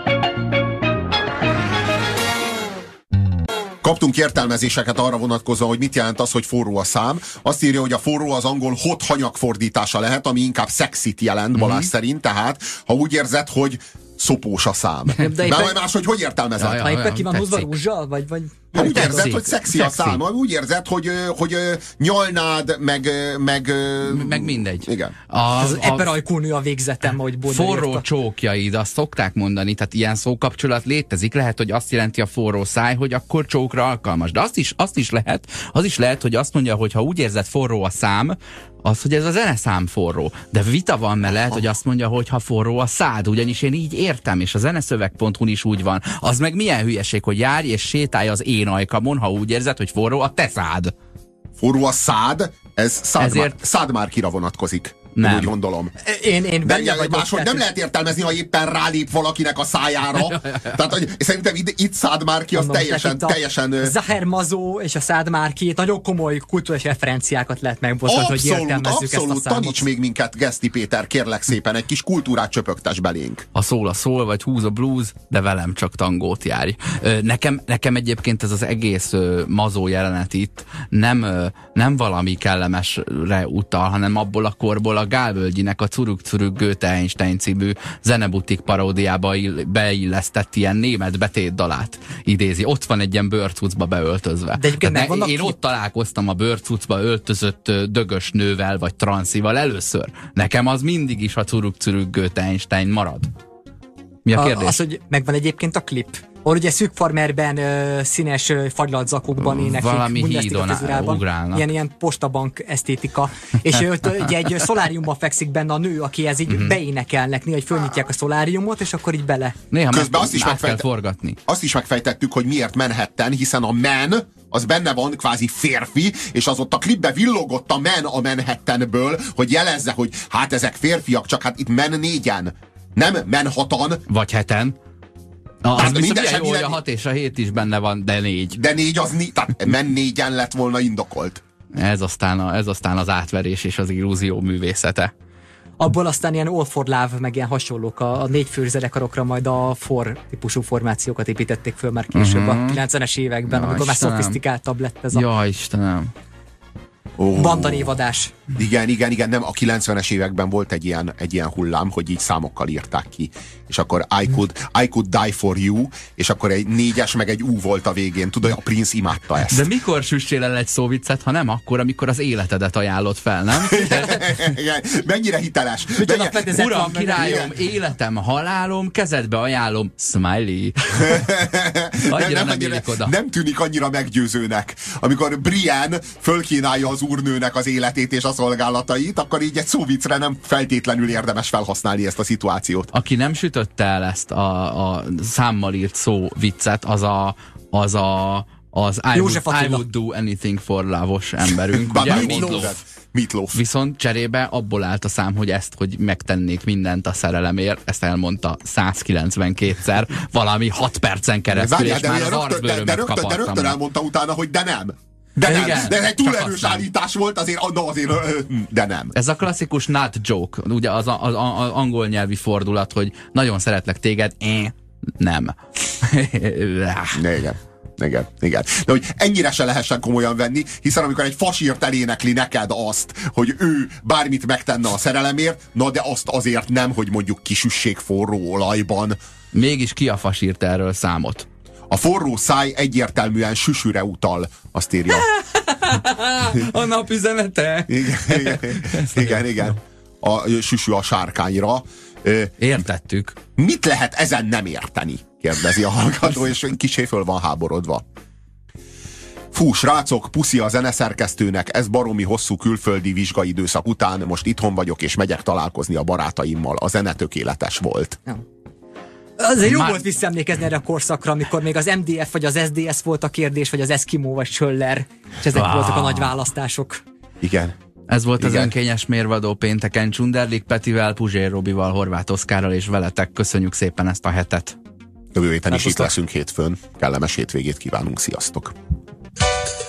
Kaptunk értelmezéseket arra vonatkozóan, hogy mit jelent az, hogy forró a szám. Azt írja, hogy a forró az angol hot hanyag fordítása lehet, ami inkább szexit jelent Balázs szerint, tehát ha úgy érzed, hogy szopós a szám. De máshogy hogy értelmezed? Ha éppen ki van húzva rúzsal, vagy ha úgy érzed, hogy szexi a szám, ha úgy érzed, hogy nyalnád, meg mindegy. Igen. Az eperajkúnő a végzetem, hogy forró csókjaid, azt szokták mondani, tehát ilyen szókapcsolat létezik. Lehet, hogy azt jelenti a forró száj, hogy akkor csókra alkalmas. De az is lehet, hogy azt mondja, hogy ha úgy érzed forró a szám, az, hogy ez a zeneszám forró. De vita van mellett, hogy azt mondja, hogy ha forró a szád, ugyanis én így értem, és a zeneszöveg.hu is úgy van. Az meg milyen hülyeség, hogy járj és sétálj az én ajkamon, ha úgy érzed, hogy forró a te szád. Forró a szád, ez szádmárkira vonatkozik. Nem. Úgy gondolom. Én benne vagyok. Máshogy nem lehet értelmezni, ha éppen rálép valakinek a szájára. Tehát, hogy szerintem itt Szádmárki az teljesen... Zahir Mazó és a Szádmárki nagyon komoly kulturális referenciákat lehet megbocsátani, hogy értelmezzük ezt a számot. Taníts még minket, Geszti Péter, kérlek szépen, egy kis kultúrát csöpögtes belénk. A szól, vagy húz a blues, de velem csak tangót járj. Nekem egyébként ez az egész Mazó jelenet itt nem valami kellemesre utal, hanem abból a korból a Gál Völgyinek a Curug Goethe Einstein című zenebutik paródiába beillesztett ilyen német betétdalát idézi. Ott van egy ilyen bőrcucba beöltözve. Én ott találkoztam a bőrcucba öltözött dögös nővel vagy transzival először. Nekem az mindig is a Curug Goethe Einstein marad. Mi a kérdés? Az, hogy megvan egyébként a klip. Ahol ugye szűk farmerben, színes fagylalt zakokban éneklik. Valami hídon ugrálnak. Ilyen postabank esztétika. És ugye egy szoláriumban fekszik benne a nő, akihez így beénekelnek, néha, hogy fölnyitják a szoláriumot, és akkor így bele. Néha közben azt is kell forgatni. Azt is megfejtettük, hogy miért Manhattan, hiszen a man az benne van, kvázi férfi, és az ott a klipbe villogott a man a Manhattanből, hogy jelezze, hogy hát ezek férfiak, csak hát itt man 4-en. Nem man 6-an. Vagy 7-en. Az minden jó, hogy a 6 és a 7 is benne van, de 4. De 4 az tehát men 4-en lett volna indokolt. Ez aztán az átverés és az illúzió művészete. Abból aztán ilyen All for Love, meg ilyen hasonlók a 4 fős zenekarokra majd a típusú formációkat építették föl már később a 90-es években, amikor már szofisztikáltabb lett ez a... Ja, Istenem. Bandanévadás. Igen, nem, a 90-es években volt egy ilyen hullám, hogy így számokkal írták ki. És akkor I could die for you, és akkor egy 4-es meg egy U volt a végén. Tudod, a Prince imádta ezt. De mikor süssél el egy szóviccet, ha nem akkor, amikor az életedet ajánlott fel, nem? Igen, mennyire hiteles. Uram, királyom, életem, halálom, kezedbe ajánlom, smiley. Nem tűnik annyira meggyőzőnek. Amikor Brienne fölkínálja az úrnőnek az életét és a szolgálatait, akkor így egy szóviccre nem feltétlenül érdemes felhasználni ezt a szituációt. Aki nem sütötte el ezt a számmal írt szóviccet, az I would do anything for love-os emberünk. Ugye? Meatloaf. Viszont cserébe abból állt a szám, hogy megtennék mindent a szerelemért, ezt elmondta 192-szer, valami 6 percen keresztül, és már az arcbőrömet kapartam. De rögtön elmondta utána, hogy de nem. De nem, igen, de egy túl erős állítás volt, azért, de nem. Ez a klasszikus not joke, ugye az angol nyelvi fordulat, hogy nagyon szeretlek téged, nem. Igen. De hogy ennyire se lehessen komolyan venni, hiszen amikor egy fasírt elénekli neked azt, hogy ő bármit megtenne a szerelemért, na de azt azért nem, hogy mondjuk kisüssék forró olajban. Mégis ki a fasírt erről számot? A forró száj egyértelműen süsüre utal, azt írja. A napüzenete. Igen. A süsü a sárkányra. Értettük. Mit lehet ezen nem érteni? Kérdezi a hallgató, és kicsit föl van háborodva. Fú, srácok, puszi a zeneszerkesztőnek, ez baromi hosszú külföldi vizsgai időszak után, most itthon vagyok, és megyek találkozni a barátaimmal. A zene tökéletes volt. Azért jó volt visszaemlékezni erre a korszakra, amikor még az MDF vagy az SDS volt a kérdés, vagy az Eskimo vagy Schöller, és ezek voltak a nagy választások. Igen. Ez volt az önkényes mérvadó pénteken Csunderlik Petivel, Puzsér Robival, Horváth Oszkárral és veletek. Köszönjük szépen ezt a hetet. Jövő héten is itt leszünk hétfőn. Kellemes hétvégét kívánunk, sziasztok!